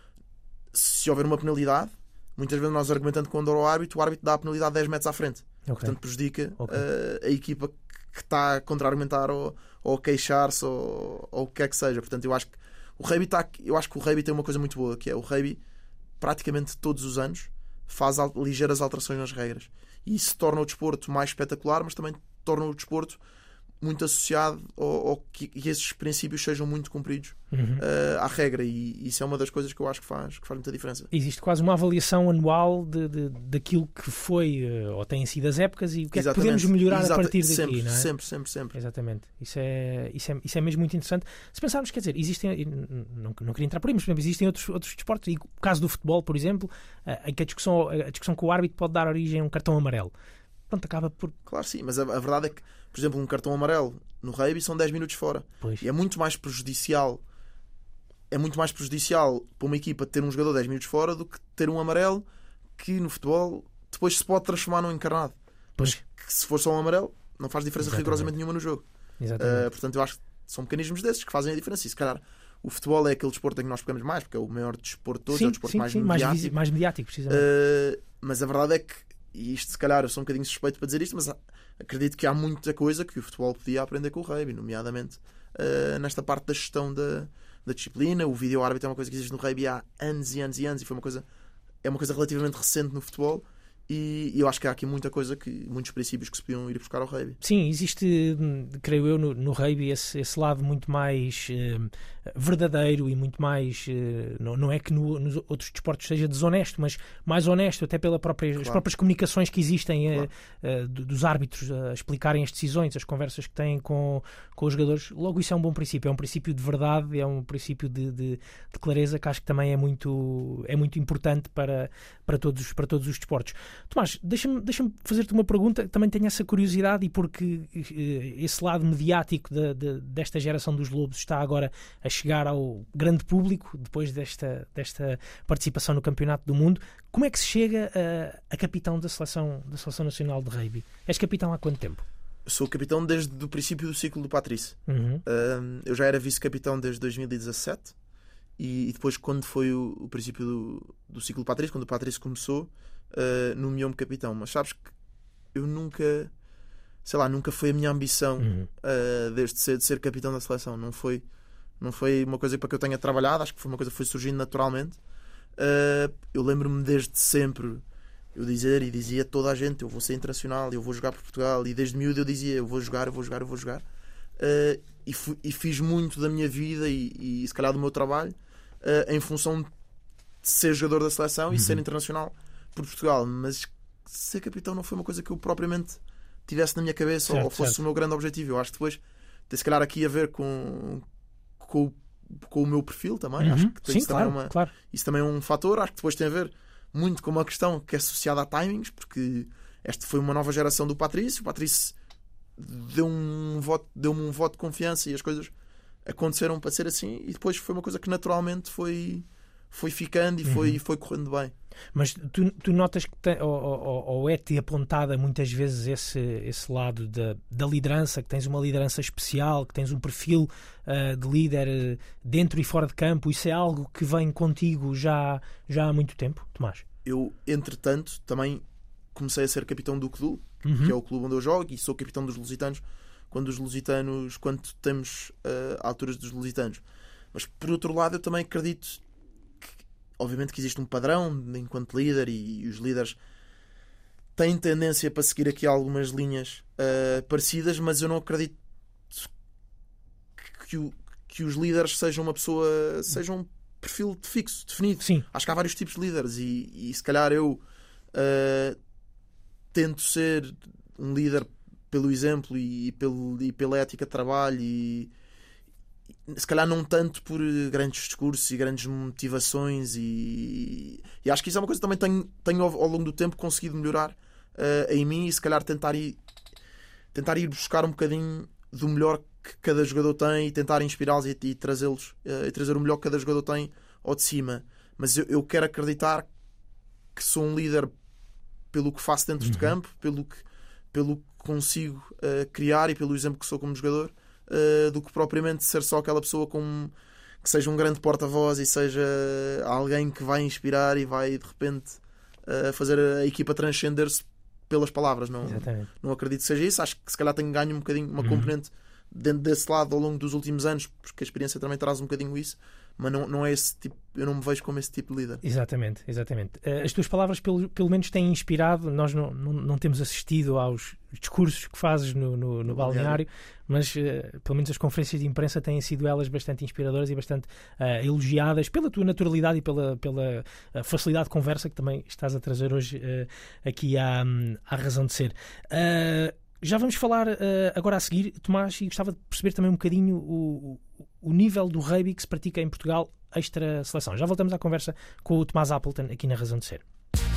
se houver uma penalidade, muitas vezes nós argumentando quando o árbitro, o árbitro dá a penalidade dez metros à frente. Okay. Portanto, prejudica okay. uh, a equipa que está a contra-argumentar ou, ou a queixar-se ou, ou o que quer que seja. Portanto, eu acho que o rugby tá, eu acho que o rugby tem uma coisa muito boa, que é o rugby praticamente todos os anos faz al- ligeiras alterações nas regras. E isso torna o desporto mais espetacular, mas também torna o desporto muito associado ao, ao que, que esses princípios sejam muito cumpridos uhum. uh, à regra, e isso é uma das coisas que eu acho que faz, que faz muita diferença. Existe quase uma avaliação anual de, de, daquilo que foi uh, ou têm sido as épocas e o que Exatamente. É que podemos melhorar Exata- a partir daqui, sempre, não é? Sempre, sempre, sempre. Exatamente. Isso é, isso, é, isso é mesmo muito interessante. Se pensarmos, quer dizer, existem, não, não queria entrar por aí, mas existem outros, outros desportos, e o caso do futebol, por exemplo, uh, em que a discussão, a discussão com o árbitro pode dar origem a um cartão amarelo. Pronto, acaba por... Claro, sim, mas a, a verdade é que, por exemplo, um cartão amarelo no rugby são dez minutos fora. Pois. E é muito mais prejudicial é muito mais prejudicial para uma equipa ter um jogador dez minutos fora do que ter um amarelo que no futebol depois se pode transformar num encarnado. Pois. Mas que se for só um amarelo não faz diferença Exatamente. rigorosamente nenhuma no jogo. Uh, portanto, eu acho que são mecanismos desses que fazem a diferença. E se calhar o futebol é aquele desporto em que nós pegamos mais, porque é o maior desporto de todos, sim, é o desporto sim, mais, sim, mediático. mais, mais mediático, precisamente. Uh, mas a verdade é que, e isto se calhar eu sou um bocadinho suspeito para dizer isto, mas acredito que há muita coisa que o futebol podia aprender com o rugby, nomeadamente uh, nesta parte da gestão da, da disciplina. O vídeo-árbitro é uma coisa que existe no rugby há anos e anos e anos, e foi uma coisa, é uma coisa relativamente recente no futebol. E eu acho que há aqui muita coisa, que muitos princípios que se podiam ir buscar ao rugby. Sim, existe, creio eu, no, no rugby esse, esse lado muito mais uh, verdadeiro e muito mais, uh, não, não é que no, nos outros desportos seja desonesto, mas mais honesto, até pelas própria, claro. próprias comunicações que existem claro. uh, uh, dos árbitros a explicarem as decisões, as conversas que têm com, com os jogadores. Logo, isso é um bom princípio, é um princípio de verdade, é um princípio de, de, de clareza, que acho que também é muito, é muito importante para, para, todos, para todos os desportos. Tomás, deixa-me, deixa-me fazer-te uma pergunta. Também tenho essa curiosidade, e porque uh, esse lado mediático de, de, desta geração dos Lobos está agora a chegar ao grande público depois desta, desta participação no Campeonato do Mundo. Como é que se chega a, a capitão da seleção, da seleção nacional de rugby? És capitão há quanto tempo? Eu sou capitão desde o princípio do ciclo do Patrice. Uhum. Uh, eu já era vice-capitão desde dois mil e dezassete, e, e depois, quando foi o, o princípio do, do ciclo do Patrice, quando o Patrice começou, Uh, nomeou-me capitão. Mas sabes que eu nunca, sei lá, nunca foi a minha ambição uhum. uh, desde cedo de ser capitão da seleção. Não foi, não foi uma coisa para que eu tenha trabalhado. Acho que foi uma coisa que foi surgindo naturalmente. Uh, eu lembro-me desde sempre eu dizer e dizia a toda a gente: eu vou ser internacional, eu vou jogar por Portugal. E desde miúdo eu dizia: eu vou jogar, eu vou jogar, eu vou jogar. Uh, e, fui, e fiz muito da minha vida e, e se calhar do meu trabalho uh, em função de ser jogador da seleção uhum. e ser internacional por Portugal. Mas ser capitão não foi uma coisa que eu propriamente tivesse na minha cabeça, certo, ou fosse certo. o meu grande objetivo. Eu acho que depois tem se calhar aqui a ver com, com, com o meu perfil também. Uhum. Acho que Sim, isso, claro, também é uma, claro. isso também é um fator. Acho que depois tem a ver muito com uma questão que é associada a timings, porque esta foi uma nova geração do Patrício. O Patrício deu um voto, deu-me um voto de confiança e as coisas aconteceram para ser assim, e depois foi uma coisa que naturalmente foi, foi ficando e foi, uhum. foi correndo bem. Mas tu, tu notas que tem, ou, ou, ou é-te apontada muitas vezes esse, esse lado da, da liderança, que tens uma liderança especial, que tens um perfil uh, de líder dentro e fora de campo? Isso é algo que vem contigo já, já há muito tempo, Tomás? Eu, entretanto, também comecei a ser capitão do C D U, uhum. que é o clube onde eu jogo, e sou capitão dos Lusitanos quando os Lusitanos, quando temos uh, alturas dos Lusitanos. Mas por outro lado, eu também acredito obviamente que existe um padrão enquanto líder, e, e os líderes têm tendência para seguir aqui algumas linhas uh, parecidas, mas eu não acredito que, que, o, que os líderes sejam uma pessoa, sejam um perfil fixo, definido. Sim. Acho que há vários tipos de líderes, e, e se calhar eu uh, tento ser um líder pelo exemplo e, e, pelo, e pela ética de trabalho, e se calhar não tanto por grandes discursos e grandes motivações, e, e acho que isso é uma coisa que também tenho, tenho ao, ao longo do tempo conseguido melhorar uh, em mim, e se calhar tentar ir, tentar ir buscar um bocadinho do melhor que cada jogador tem, e tentar inspirá-los e, e trazê-los uh, e trazer o melhor que cada jogador tem ao de cima. Mas eu, eu quero acreditar que sou um líder pelo que faço dentro uhum. de campo, pelo que, pelo que consigo uh, criar, e pelo exemplo que sou como jogador. uh, do que propriamente ser só aquela pessoa com, que seja um grande porta-voz e seja alguém que vai inspirar e vai de repente uh, fazer a equipa transcender-se pelas palavras. Não, não acredito que seja isso. Acho que se calhar tenho ganho um bocadinho uma uhum. componente dentro desse lado ao longo dos últimos anos, porque a experiência também traz um bocadinho isso, mas não, não é esse tipo, eu não me vejo como esse tipo de líder. Exatamente, exatamente. As tuas palavras pelo, pelo menos têm inspirado, nós não, não, não temos assistido aos discursos que fazes no, no, no balneário, mas uh, pelo menos as conferências de imprensa têm sido elas bastante inspiradoras e bastante uh, elogiadas pela tua naturalidade e pela, pela uh, facilidade de conversa que também estás a trazer hoje uh, aqui à, à razão de ser. Uh, Já vamos falar uh, agora a seguir, Tomás, e gostava de perceber também um bocadinho o, o, o nível do rugby que se pratica em Portugal extra-seleção. Já voltamos à conversa com o Tomás Appleton aqui na Razão de Ser.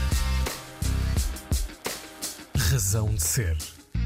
Razão de Ser.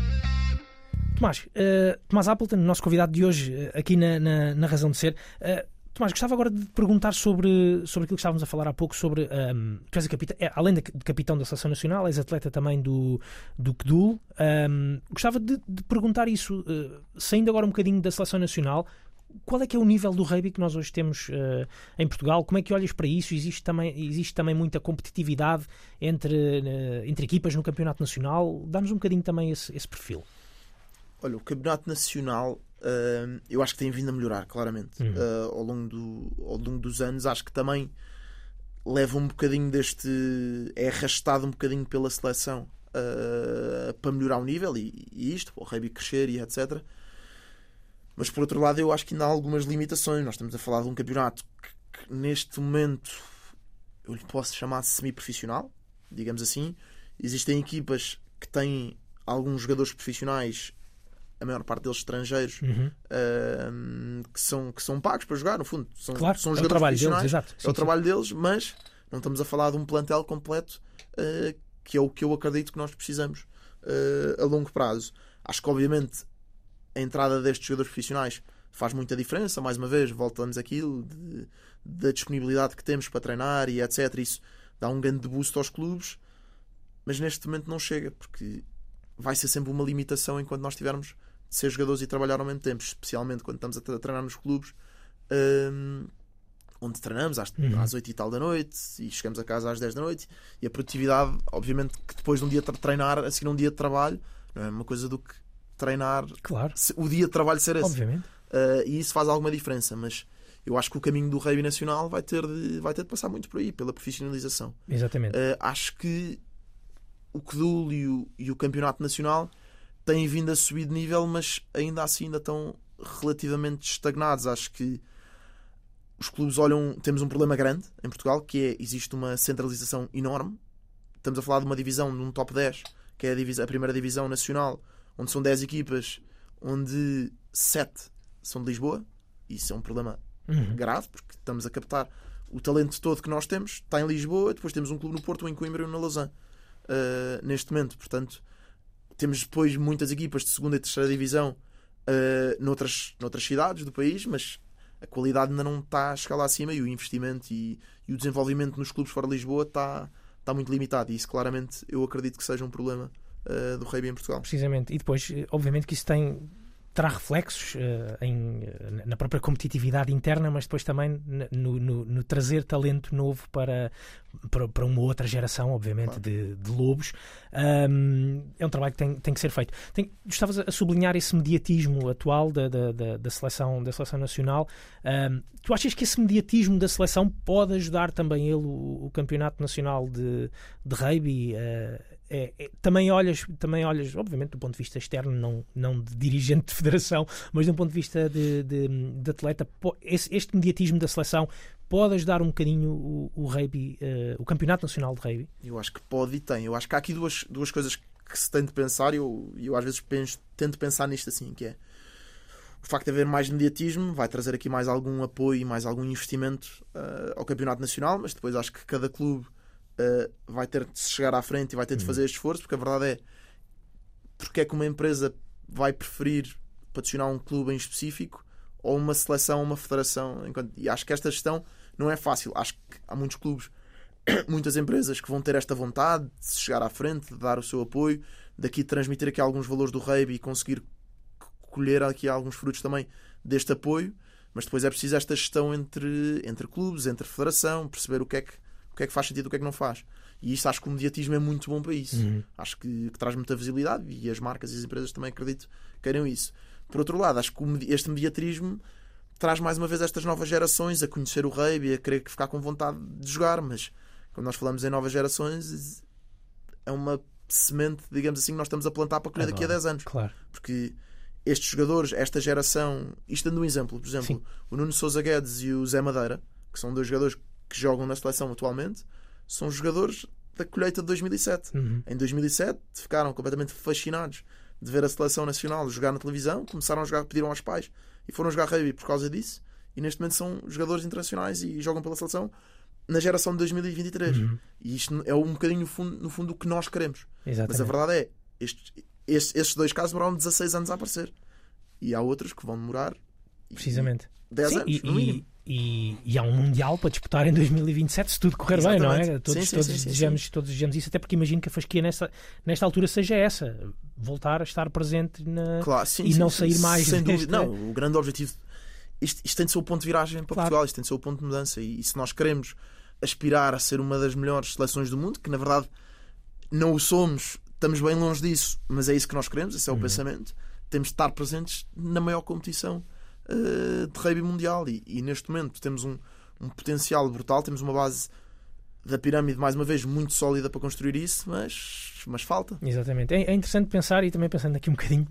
Tomás, uh, Tomás Appleton, nosso convidado de hoje uh, aqui na, na, na Razão de Ser. Uh, Tomás, gostava agora de te perguntar sobre, sobre aquilo que estávamos a falar há pouco, sobre, um, tu és a capita, é, além de, de capitão da Seleção Nacional, és atleta também do, do C D U L. Um, gostava de, de perguntar isso, uh, saindo agora um bocadinho da Seleção Nacional, qual é que é o nível do rugby que nós hoje temos uh, em Portugal? Como é que olhas para isso? Existe também, existe também muita competitividade entre, uh, entre equipas no Campeonato Nacional? Dá-nos um bocadinho também esse, esse perfil. Olha, o Campeonato Nacional uh, eu acho que tem vindo a melhorar, claramente. Uhum. Uh, ao, longo do, ao longo dos anos, acho que também leva um bocadinho deste... é arrastado um bocadinho pela seleção uh, para melhorar o nível e, e isto, o rugby crescer e etcétera. Mas por outro lado, eu acho que ainda há algumas limitações. Nós estamos a falar de um campeonato que, que neste momento eu lhe posso chamar semi-profissional, digamos assim. Existem equipas que têm alguns jogadores profissionais, a maior parte deles estrangeiros, uhum. uh, que, são, que são pagos para jogar, no fundo. São, claro, são é jogadores o trabalho profissionais, deles, exato. é sim, o sim. trabalho deles, mas não estamos a falar de um plantel completo, uh, que é o que eu acredito que nós precisamos uh, a longo prazo. Acho que obviamente a entrada destes jogadores profissionais faz muita diferença. Mais uma vez, voltamos àquilo de, da disponibilidade que temos para treinar e etcétera. Isso dá um grande boost aos clubes, mas neste momento não chega, porque vai ser sempre uma limitação enquanto nós tivermos de ser jogadores e trabalhar ao mesmo tempo, especialmente quando estamos a treinar nos clubes, um, onde treinamos às, uhum. às oito e tal da noite e chegamos a casa às dez da noite, e a produtividade, obviamente que depois de um dia de treinar, a seguir um dia de trabalho, não é uma coisa do que treinar, claro. O dia de trabalho ser esse. Obviamente. Uh, e isso faz alguma diferença, mas eu acho que o caminho do rugby nacional vai ter de, vai ter de passar muito por aí, pela profissionalização. Exatamente. Uh, acho que o C D U L e o, e o Campeonato Nacional têm vindo a subir de nível, mas ainda assim ainda estão relativamente estagnados. Acho que os clubes olham... Temos um problema grande em Portugal, que é, existe uma centralização enorme. Estamos a falar de uma divisão, de um top dez, que é a, divisão, a primeira divisão nacional, onde são dez equipas, onde sete são de Lisboa. Isso é um problema uhum. grave, porque estamos a captar o talento todo que nós temos, está em Lisboa, depois temos um clube no Porto, um em Coimbra e um na Lausanne, uh, neste momento. Portanto, temos depois muitas equipas de segunda e terceira divisão uh, noutras, noutras cidades do país, mas a qualidade ainda não está a chegar lá acima, e o investimento e, e o desenvolvimento nos clubes fora de Lisboa está, está muito limitado, e isso claramente eu acredito que seja um problema Uh, do rugby em Portugal. Precisamente. E depois, obviamente que isso tem, terá reflexos uh, em, na própria competitividade interna, mas depois também no, no, no trazer talento novo para, para, para uma outra geração, obviamente, claro. de, de lobos. Um, é um trabalho que tem, tem que ser feito. Tem, estavas a sublinhar esse mediatismo atual da, da, da, da, seleção, da seleção nacional. Um, tu achas que esse mediatismo da seleção pode ajudar também ele, o, o campeonato nacional de, de rugby? Uh, É, é, também olhas, também olhas, obviamente, do ponto de vista externo, não, não de dirigente de federação, mas do ponto de vista de, de, de atleta, esse, este mediatismo da seleção pode ajudar um bocadinho o, o rugby, uh, o campeonato nacional de rugby? Eu acho que pode e tem. Eu acho que há aqui duas, duas coisas que se tem de pensar, e eu, eu às vezes penso, tento pensar nisto assim, que é o facto de haver mais mediatismo vai trazer aqui mais algum apoio e mais algum investimento uh, ao campeonato nacional, mas depois acho que cada clube Uh, vai ter de chegar à frente e vai ter de fazer este esforço, porque a verdade é, porque é que uma empresa vai preferir patrocinar um clube em específico ou uma seleção ou uma federação? Enquanto... E acho que esta gestão não é fácil. Acho que há muitos clubes, muitas empresas que vão ter esta vontade de chegar à frente, de dar o seu apoio, daqui de transmitir aqui alguns valores do rugby e conseguir colher aqui alguns frutos também deste apoio, mas depois é preciso esta gestão entre, entre clubes, entre federação, perceber o que, é que, o que é que faz sentido e o que é que não faz. E isto acho que o mediatismo é muito bom para isso. Uhum. Acho que, que traz muita visibilidade e as marcas e as empresas também, acredito, queiram isso. Por outro lado, acho que este mediatismo traz mais uma vez estas novas gerações a conhecer o rugby, a querer ficar com vontade de jogar, mas quando nós falamos em novas gerações é uma semente, digamos assim, que nós estamos a plantar para colher daqui a dez anos. Claro. Porque estes jogadores, esta geração, isto dando um exemplo, por exemplo, Sim. o Nuno Sousa Guedes e o Zé Madeira, que são dois jogadores que jogam na seleção atualmente, são jogadores da colheita de dois mil e sete. Uhum. Em dois mil e sete ficaram completamente fascinados de ver a seleção nacional jogar na televisão, começaram a jogar, pediram aos pais e foram jogar rugby por causa disso, e neste momento são jogadores internacionais e jogam pela seleção na geração de dois mil e vinte e três. Uhum. E isto é um bocadinho no fundo, no fundo o que nós queremos. Exatamente. Mas a verdade é, estes, estes, estes dois casos demoraram dezasseis anos a aparecer, e há outros que vão demorar precisamente dez sim, anos e, no mínimo. E, e há um Mundial para disputar em dois mil e vinte e sete, se tudo correr Exatamente. bem, não é? Todos, sim, sim, todos, sim, sim, desejamos, sim. todos desejamos isso, até porque imagino que a fasquia nesta, nesta altura seja essa, voltar a estar presente na, claro, sim, e sim, não sim, sair mais sem deste... dúvida. Não, o grande objetivo, isto, isto tem de ser o ponto de viragem para claro. Portugal, isto tem de ser o ponto de mudança, e, e se nós queremos aspirar a ser uma das melhores seleções do mundo, que na verdade não o somos, estamos bem longe disso, mas é isso que nós queremos, esse é o uhum. pensamento, temos de estar presentes na maior competição uh, de rugby mundial, e, e neste momento temos um, um potencial brutal, temos uma base da pirâmide, mais uma vez, muito sólida para construir isso, mas, mas falta. Exatamente. É, é interessante pensar, e também pensando aqui um bocadinho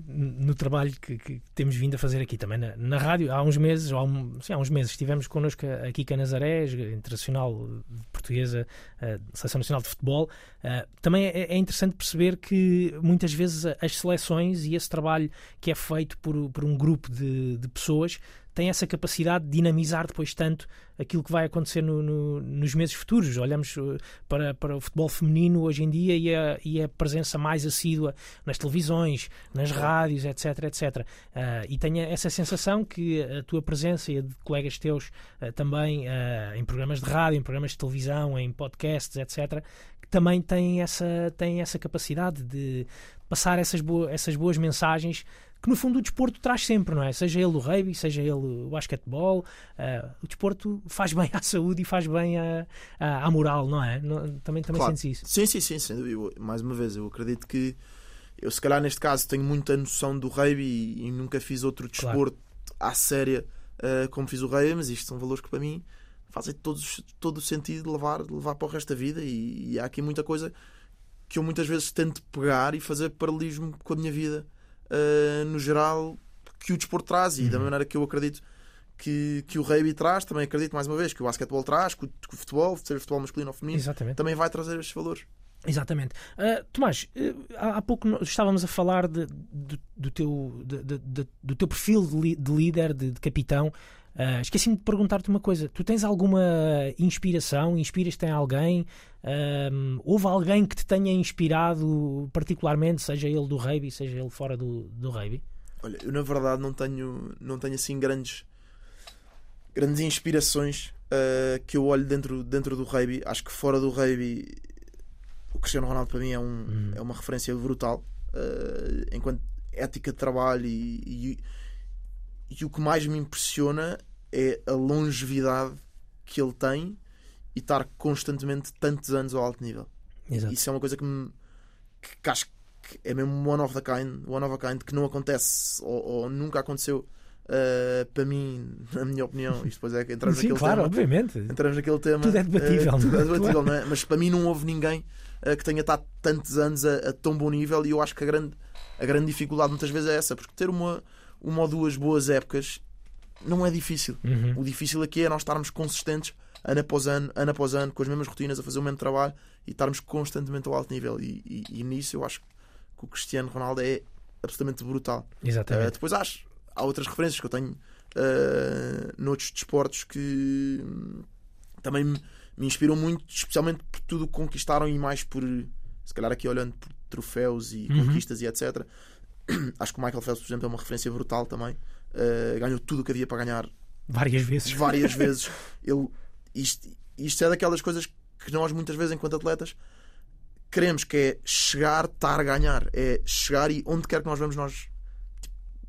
no trabalho que, que temos vindo a fazer aqui também na, na rádio. Há uns meses, há, um, sim, há uns meses estivemos connosco a Kika Nazaré, internacional portuguesa, a Seleção Nacional de Futebol. Uh, também é, é interessante perceber que muitas vezes as seleções e esse trabalho que é feito por, por um grupo de, de pessoas tem essa capacidade de dinamizar depois tanto aquilo que vai acontecer no, no, nos meses futuros. Olhamos para, para o futebol feminino hoje em dia e a, e a presença mais assídua nas televisões, nas rádios, etc, etcétera. Uh, e tenho essa sensação que a tua presença e a de colegas teus uh, também uh, em programas de rádio, em programas de televisão, em podcasts, etcétera, que também têm essa, têm essa capacidade de passar essas, boas, essas boas mensagens que no fundo o desporto traz sempre, não é? Seja ele o rugby, seja ele o basquetebol, uh, o desporto faz bem à saúde e faz bem à, à, à moral, não é? Não, também também claro. sentes isso? Sim, sim, sim. sim. Eu, mais uma vez, eu acredito que eu, se calhar, neste caso, tenho muita noção do rugby e, e nunca fiz outro desporto claro. à séria uh, como fiz o rugby, mas isto são valores que para mim fazem todos, todo o sentido de levar, de levar para o resto da vida, e, e há aqui muita coisa que eu muitas vezes tento pegar e fazer paralelismo com a minha vida. Uh, no geral, que o desporto traz, e uhum. da maneira que eu acredito que, que o rugby traz, também acredito mais uma vez que o basquetebol traz, que o, que o futebol, seja futebol masculino ou feminino, Exatamente. também vai trazer estes valores. Exatamente. Uh, Tomás, uh, há pouco estávamos a falar de, de, do, teu, de, de, de, do teu perfil de, li, de líder, de, de capitão. Uh, esqueci-me de perguntar-te uma coisa. Tu tens alguma inspiração? Inspiras-te em alguém? Uh, houve alguém que te tenha inspirado particularmente, seja ele do rugby, seja ele fora do, do rugby? Olha, eu na verdade não tenho, não tenho assim grandes, grandes inspirações uh, que eu olho dentro, dentro do rugby. Acho que fora do rugby o Cristiano Ronaldo para mim é, um, hum. é uma referência brutal uh, enquanto ética de trabalho, e, e E o que mais me impressiona é a longevidade que ele tem e estar constantemente tantos anos ao alto nível. Exato. Isso é uma coisa que, me, que, que acho que é mesmo one of the kind, one of a kind, que não acontece ou, ou nunca aconteceu uh, para mim, na minha opinião. Isto depois é que entramos Sim, naquele claro, tema. obviamente. Entramos naquele tema. Tudo é debatível. Uh, tudo é debatível, não é? Mas para mim não houve ninguém uh, que tenha estado tantos anos a, a tão bom nível, e eu acho que a grande, a grande dificuldade muitas vezes é essa, porque ter uma uma ou duas boas épocas não é difícil. Uhum. O difícil aqui é nós estarmos consistentes ano após ano, ano após ano, com as mesmas rotinas, a fazer o mesmo trabalho e estarmos constantemente ao alto nível. E, e, e nisso eu acho que o Cristiano Ronaldo é absolutamente brutal. Exatamente. Uh, depois acho, há outras referências que eu tenho uh, noutros desportos que também me, me inspiram muito, especialmente por tudo o que conquistaram e mais por, se calhar aqui olhando por troféus e uhum. conquistas e etcétera. Acho que o Michael Phelps, por exemplo, é uma referência brutal também. Uh, ganhou tudo o que havia para ganhar várias vezes. Várias vezes. Ele, isto, isto é daquelas coisas que nós muitas vezes, enquanto atletas, queremos, que é chegar, estar a ganhar. É chegar e onde quer que nós vamos, nós tipo,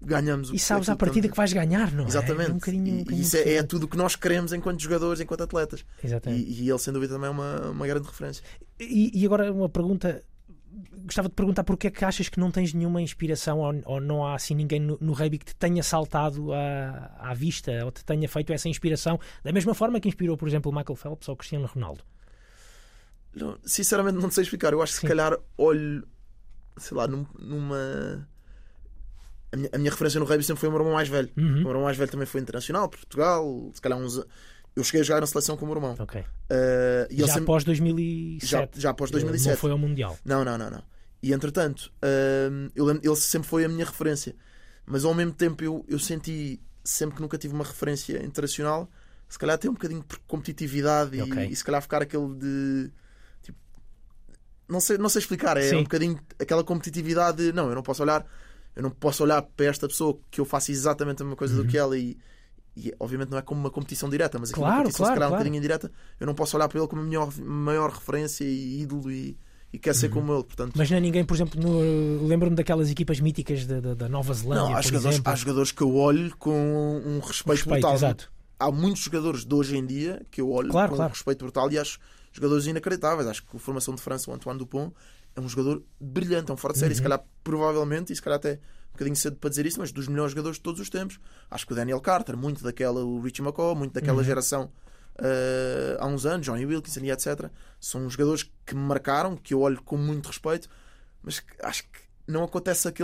ganhamos o E sabes aquilo à partida que que vais ganhar, não é? Exatamente. É um bocadinho, um e bocadinho isso é, é frustrante. tudo o que nós queremos enquanto jogadores, enquanto atletas. Exatamente. E, e ele, sem dúvida, também é uma, uma grande referência. E, e agora uma pergunta. Gostava de perguntar porque é que achas que não tens nenhuma inspiração ou, ou não há assim ninguém no, no rugby que te tenha saltado à, à vista ou te tenha feito essa inspiração da mesma forma que inspirou, por exemplo, o Michael Phelps ou o Cristiano Ronaldo? Não, sinceramente não sei explicar. Eu acho que Sim. se calhar olho, sei lá, num- numa... A minha, a minha referência no rugby sempre foi o meu irmão mais velho. Uhum. O meu irmão mais velho também foi internacional, Portugal, se calhar uns... Eu cheguei a jogar na seleção com o meu irmão. Ok. Uh, e ele Já sempre- após dois mil e sete. já, já após dois mil e sete. Não foi ao Mundial. Não, não, não, não. E entretanto, hum, eu lembro- ele sempre foi a minha referência. Mas ao mesmo tempo eu, eu senti, sempre que nunca tive uma referência internacional, se calhar ter um bocadinho de competitividade e, Ok. e se calhar ficar aquele de. Tipo, não sei, não sei explicar, é Sim. um bocadinho aquela competitividade de, não, eu não posso olhar, eu não posso olhar para esta pessoa que eu faço exatamente a mesma coisa Uhum. do que ela e. E obviamente não é como uma competição direta, mas aqui Claro, uma competição claro, se calhar claro. um bocadinho indireta. Eu não posso olhar para ele como a minha maior referência e ídolo e, e quer ser Uhum. como ele. Portanto, Mas não é ninguém, por exemplo, no... lembro-me daquelas equipas míticas da, da, da Nova Zelândia, não, há por jogadores, exemplo. há jogadores que eu olho com um respeito, Respeito, brutal. exato. Há muitos jogadores de hoje em dia que eu olho Claro, com claro. um respeito brutal e acho jogadores inacreditáveis. Acho que a formação de França, o Antoine Dupont, é um jogador brilhante, é um fora de série. Uhum. Se calhar, provavelmente, e se calhar até um bocadinho cedo para dizer isso, mas dos melhores jogadores de todos os tempos. Acho que o Daniel Carter, muito daquela, o Richie McCaw, muito daquela Uhum. geração uh, há uns anos, Johnny Wilkinson e etcétera. São jogadores que me marcaram, que eu olho com muito respeito, mas que acho que não acontece aquele.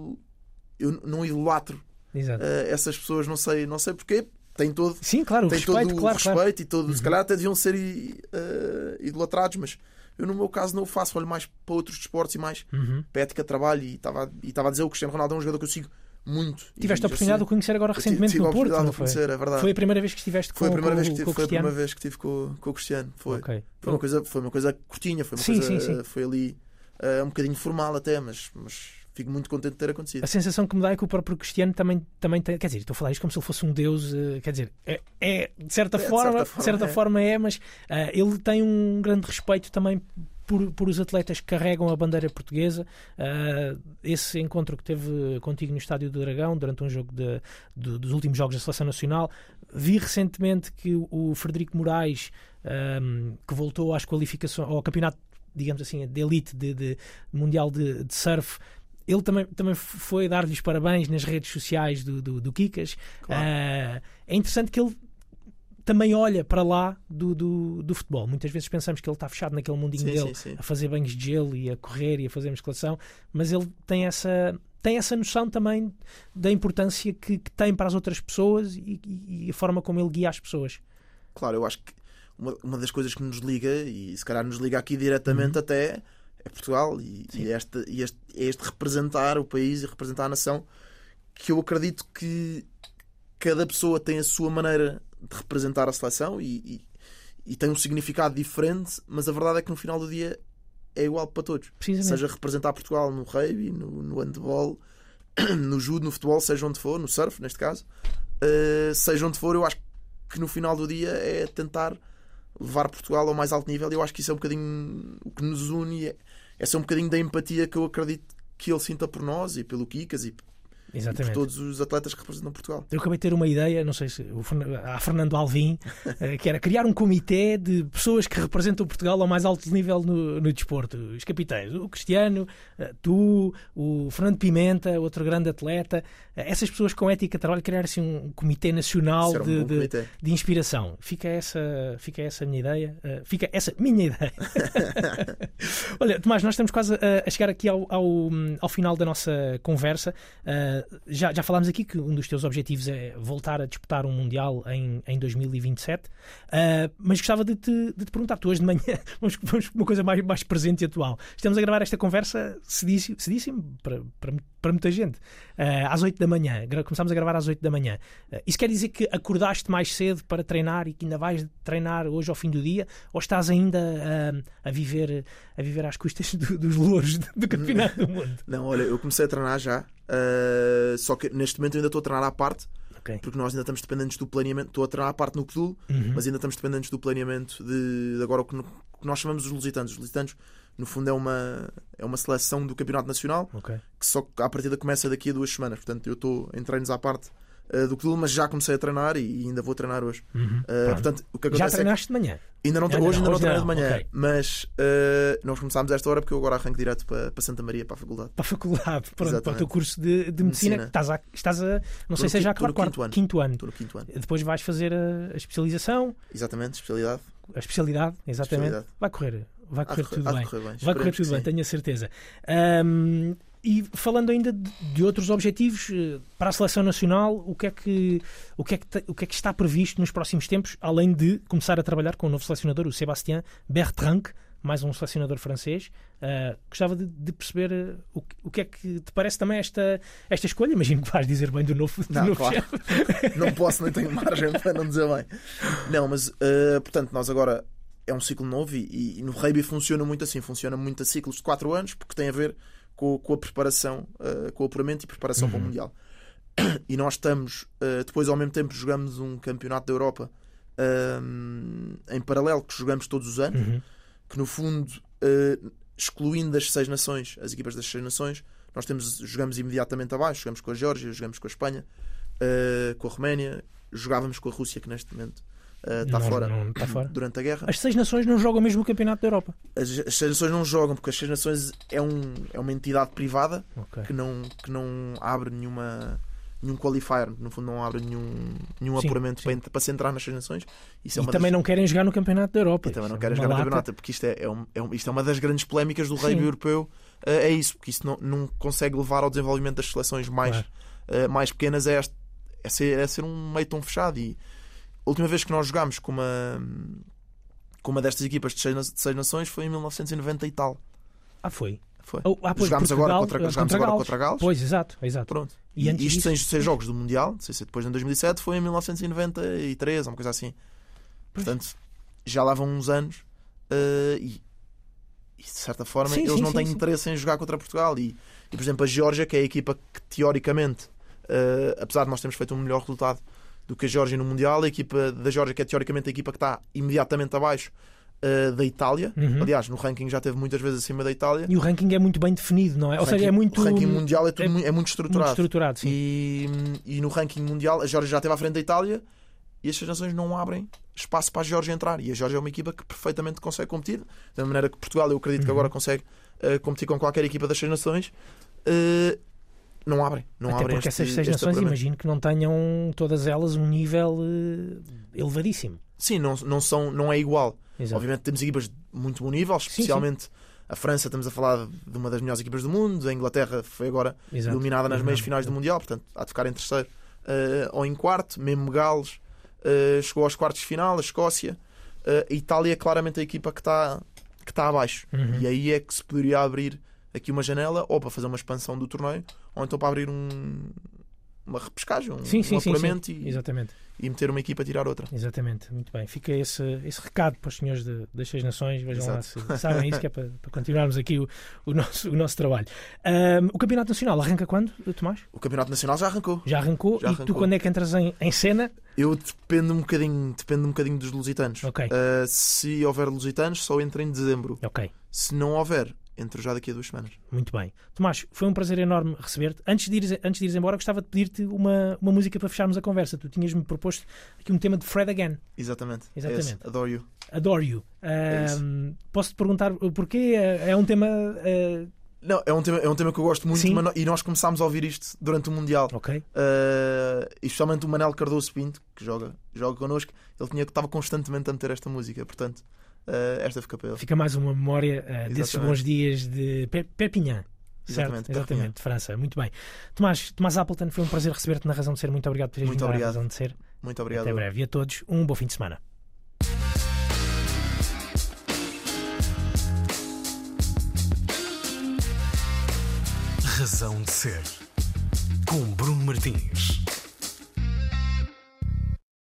Eu não idolatro Exato. uh, essas pessoas, não sei, não sei porquê. Tem todo, Sim, claro, o tem respeito, todo o claro, respeito claro. e todo. Se calhar até deviam ser uh, idolatrados, mas eu no meu caso não o faço. Olho mais para outros desportos e mais Uhum. para a ética de trabalho. E estava e estava a dizer, o Cristiano Ronaldo é um jogador que eu sigo muito. Tiveste E a oportunidade de o conhecer agora eu tive- recentemente tive a no Porto, oportunidade não de foi? conhecer, é verdade. Foi a primeira vez que estiveste com, Foi a primeira com, vez que tive, com o foi a Cristiano? primeira vez que tive com, com o Cristiano. Foi. Ok. Foi uma coisa, foi uma coisa curtinha, foi uma Sim, coisa, sim, sim. foi ali uh, um bocadinho formal até, mas, mas fico muito contente de ter acontecido. A sensação que me dá é que o próprio Cristiano também, também tem. Quer dizer, estou a falar isto como se ele fosse um deus. eh, Quer dizer, é, é, de certa É, de forma, certa de forma certa é. forma é, mas eh, ele tem um grande respeito também por, por os atletas que carregam a bandeira portuguesa. Eh, esse encontro que teve contigo no Estádio do Dragão durante um jogo de, de- dos últimos jogos da Seleção Nacional. Vi recentemente que o Frederico Moraes, ehm, que voltou às qualificações, ao campeonato, digamos assim, de elite de, de mundial de, de surf. Ele também, também foi dar-lhe os parabéns nas redes sociais do, do, do Kikas. Claro. Ah, é interessante que ele também olha para lá do, do, do futebol. Muitas vezes pensamos que ele está fechado naquele mundinho Sim, dele, sim, sim. a fazer banhos de gelo e a correr e a fazer musculação, mas ele tem essa, tem essa noção também da importância que, que tem para as outras pessoas e, e a forma como ele guia as pessoas. Claro, eu acho que uma, uma das coisas que nos liga, e se calhar nos liga aqui diretamente Uhum. até, é Portugal e, e, este, e este, é este representar o país e representar a nação, que eu acredito que cada pessoa tem a sua maneira de representar a seleção e, e, e tem um significado diferente, mas a verdade é que no final do dia é igual para todos. Precisamente. Seja representar Portugal no rugby, no, no handball, no judo, no futebol, seja onde for, no surf, neste caso, uh, seja onde for, eu acho que no final do dia é tentar levar Portugal ao mais alto nível. E eu acho que isso é um bocadinho o que nos une, é, é ser um bocadinho da empatia que eu acredito que ele sinta por nós e pelo Kikas e, e por Exatamente. todos os atletas que representam Portugal. Eu acabei de ter uma ideia, não sei se o Fern- há Fernando Alvim, eh, que era criar um comitê de pessoas que representam Portugal ao mais alto nível no, no desporto. Os capitães, o Cristiano, eh, tu, o Fernando Pimenta, outro grande atleta. Eh, Essas pessoas com ética de trabalho, criar assim um comitê nacional Isso era um de, bom de, comitê. de inspiração. Fica essa, fica essa a minha ideia. eh, Fica essa minha ideia. Olha, Tomás, nós estamos quase a, a chegar aqui ao, ao, ao final da nossa conversa. Eh, já, já falámos aqui que um dos teus objetivos é voltar a disputar um Mundial em, em dois mil e vinte e sete, uh, mas gostava de te, de te perguntar, tu hoje de manhã, vamos, vamos uma coisa mais, mais presente e atual. Estamos a gravar esta conversa cedíssimo, cedíssimo para, para, para muita gente, uh, às oito da manhã, Gra- começámos a gravar às oito da manhã. Uh, isso quer dizer que acordaste mais cedo para treinar e que ainda vais treinar hoje ao fim do dia, ou estás ainda uh, a, viver, a viver às custas do, dos louros do, do Campeonato do Mundo? Não, olha, eu comecei a treinar já, uh, só que neste momento eu ainda estou a treinar à parte, Ok. porque nós ainda estamos dependentes do planeamento. Estou a treinar a parte no Cthulhu, Uhum. mas ainda estamos dependentes do planeamento de, de agora o que, no- que nós chamamos os lusitanos. Os lusitanos, no fundo, é uma, é uma seleção do Campeonato Nacional Ok. que só à partida começa daqui a duas semanas. Portanto, eu estou em treinos à parte uh, do Cthulhu, mas já comecei a treinar e ainda vou treinar hoje. Uhum. Uh, Pronto. portanto, o que Já acontece é que treinaste de manhã? ainda não, Ainda hoje não, ainda não hoje treinei não, de manhã, ok. mas uh, nós começámos a esta hora porque eu agora arranco direto para, para Santa Maria, para a faculdade. Para a faculdade, pronto, para o Exatamente. teu curso de, de medicina, Medicina. que estás a, estás a não sei no se é já quinto- estou no quarto, quinto ano. quinto ano. Estou no quinto ano. Depois vais fazer a, a especialização, Exatamente, especialidade. a especialidade, exatamente. Especialidade. Vai correr, vai Há correr de correr- tudo há de bem. correr bem. Vai correr Esperemos tudo que bem, sim. tenho a certeza. Ahm, e falando ainda de, de outros objetivos eh, para a seleção nacional, o que é que o que é que, te- o que é que está previsto nos próximos tempos, além de começar a trabalhar com o novo selecionador, o Sébastien Bertrand, mais um selecionador francês. Ah, gostava de, de perceber eh, o, que- o que é que te parece também esta, esta escolha. Imagino que vais dizer bem do novo, do Não, novo claro. chefe. Não posso, nem tenho margem para não dizer bem. Não, mas uh, portanto, nós agora é um ciclo novo e, e no rugby funciona muito assim, funciona muito a ciclos de quatro anos, porque tem a ver com, com a preparação, uh, com o apuramento e preparação para o Mundial. E nós estamos, uh, depois ao mesmo tempo jogamos um campeonato da Europa um, em paralelo, que jogamos todos os anos, Uhum. que no fundo, uh, excluindo das seis nações, as equipas das seis nações, nós temos, jogamos imediatamente abaixo, jogamos com a Geórgia, jogamos com a Espanha, uh, com a Roménia, jogávamos com a Rússia, que neste momento uh, está, Não- fora, não- está fora. durante a guerra. As seis nações não jogam mesmo o Campeonato da Europa. As, as seis nações não jogam, porque as seis nações é, um, é uma entidade privada Ok. que não, que não abre nenhuma, nenhum qualifier, no fundo não abre nenhum, nenhum Sim, apuramento sim. para, para se entrar nas seis nações. Isso é E uma também das- não querem jogar no Campeonato da Europa. E também não Isso é querem uma jogar no lata. campeonato, porque isto é, é, um, é um- isto é uma das grandes polémicas do rugby Sim. europeu. uh, É isso, porque isso não, não consegue levar ao desenvolvimento das seleções mais, Claro. uh, mais pequenas. É, este- é, ser, é ser um meio tão fechado. E a última vez que nós jogámos com uma, com uma destas equipas de seis, na- de seis nações foi em mil novecentos e noventa e tal. Ah, foi. Foi. Oh, ah, pois, jogámos Portugal, agora contra, eh, jogámos contra agora Gales. contra Gales. Pois, exato, exato. Pronto. E E, antes isto disso? sem seis jogos do Mundial, não sei se depois em dois mil e sete, foi em mil novecentos e noventa e três, ou uma coisa assim. Portanto, já lá vão uns anos uh, e, e de certa forma Sim, eles sim, não sim, têm sim. interesse em jogar contra Portugal. E, e, por exemplo, a Geórgia, que é a equipa que teoricamente, uh, apesar de nós termos feito um melhor resultado do que a Geórgia no Mundial, a equipa da Geórgia, que é teoricamente a equipa que está imediatamente abaixo uh, da Itália, Uhum. aliás, no ranking já teve muitas vezes acima da Itália. E o ranking é muito bem definido, não é? O Ou seja, ranking- é muito. o ranking mundial é, tudo é mu- é muito muito estruturado. estruturado, sim. E, e no ranking mundial, a Geórgia já esteve à frente da Itália e estas nações não abrem espaço para a Geórgia entrar. E a Geórgia é uma equipa que perfeitamente consegue competir. Da maneira que Portugal, eu acredito que Uhum. agora consegue uh, competir com qualquer equipa das seis nações, uh, não abrem. Não Até abrem porque este, essas seis este nações, apuramento. imagino que não tenham todas elas um nível eh, elevadíssimo. Sim, não, não, são, não é igual. Exato. Obviamente temos equipas de muito bom nível, especialmente a França, estamos a falar de uma das melhores equipas do mundo, a Inglaterra foi agora Exato. eliminada nas Eliminada, meias finais do exato. Mundial, portanto há de ficar em terceiro uh, ou em quarto, mesmo Gales uh, chegou aos quartos de final, a Escócia, uh, a Itália é claramente a equipa que está que está abaixo. Uhum. E aí é que se poderia abrir aqui uma janela ou para fazer uma expansão do torneio ou então para abrir um, uma repescagem, um, Sim, sim, um sim, apuramento sim. e, Exatamente. e meter uma equipa a tirar outra. Exatamente, muito bem. Fica esse, esse recado para os senhores de- das seis nações. Vejam lá se sabem isso, que é para, para continuarmos aqui o, o, nosso, o nosso trabalho. Ahm, o Campeonato Nacional arranca quando, Tomás? O Campeonato Nacional já arrancou. Já arrancou? Já e tu arrancou. quando é que entras em, em cena? Eu dependo um bocadinho, dependo um bocadinho dos lusitanos. Ok. Uh, se houver lusitanos, só entro em dezembro. Ok, Se não houver, entro já daqui a duas semanas. muito bem. Tomás, foi um prazer enorme receber-te. Antes de ires, antes de ires embora, gostava de pedir-te uma, uma música para fecharmos a conversa. Tu tinhas-me proposto aqui um tema de Fred Again, Exatamente. Exatamente. É esse. Adore you. Adore You. É isso. Ahm, Posso-te perguntar porquê? É é um tema... ah, Não, é um tema, é um tema que eu gosto muito, Sim. mas no- e nós começámos a ouvir isto durante o Mundial. ok, Uh, e especialmente o Manel Cardoso Pinto, que joga, joga connosco, ele tinha, estava constantemente a meter esta música. Portanto, uh, esta fica para ele. fica mais uma memória ah, desses Exatamente. bons dias de Pe- Perpignan. Certo, Exatamente, exatamente, Perpignan. de França. Muito bem. Tomás, Tomás Appleton, foi um prazer receber-te na Razão de Ser. Muito obrigado por teres Muito vindo à obrigado. Razão de Ser. Muito obrigado. Até breve. E a todos, um bom fim de semana. Razão de Ser, com Bruno Martins.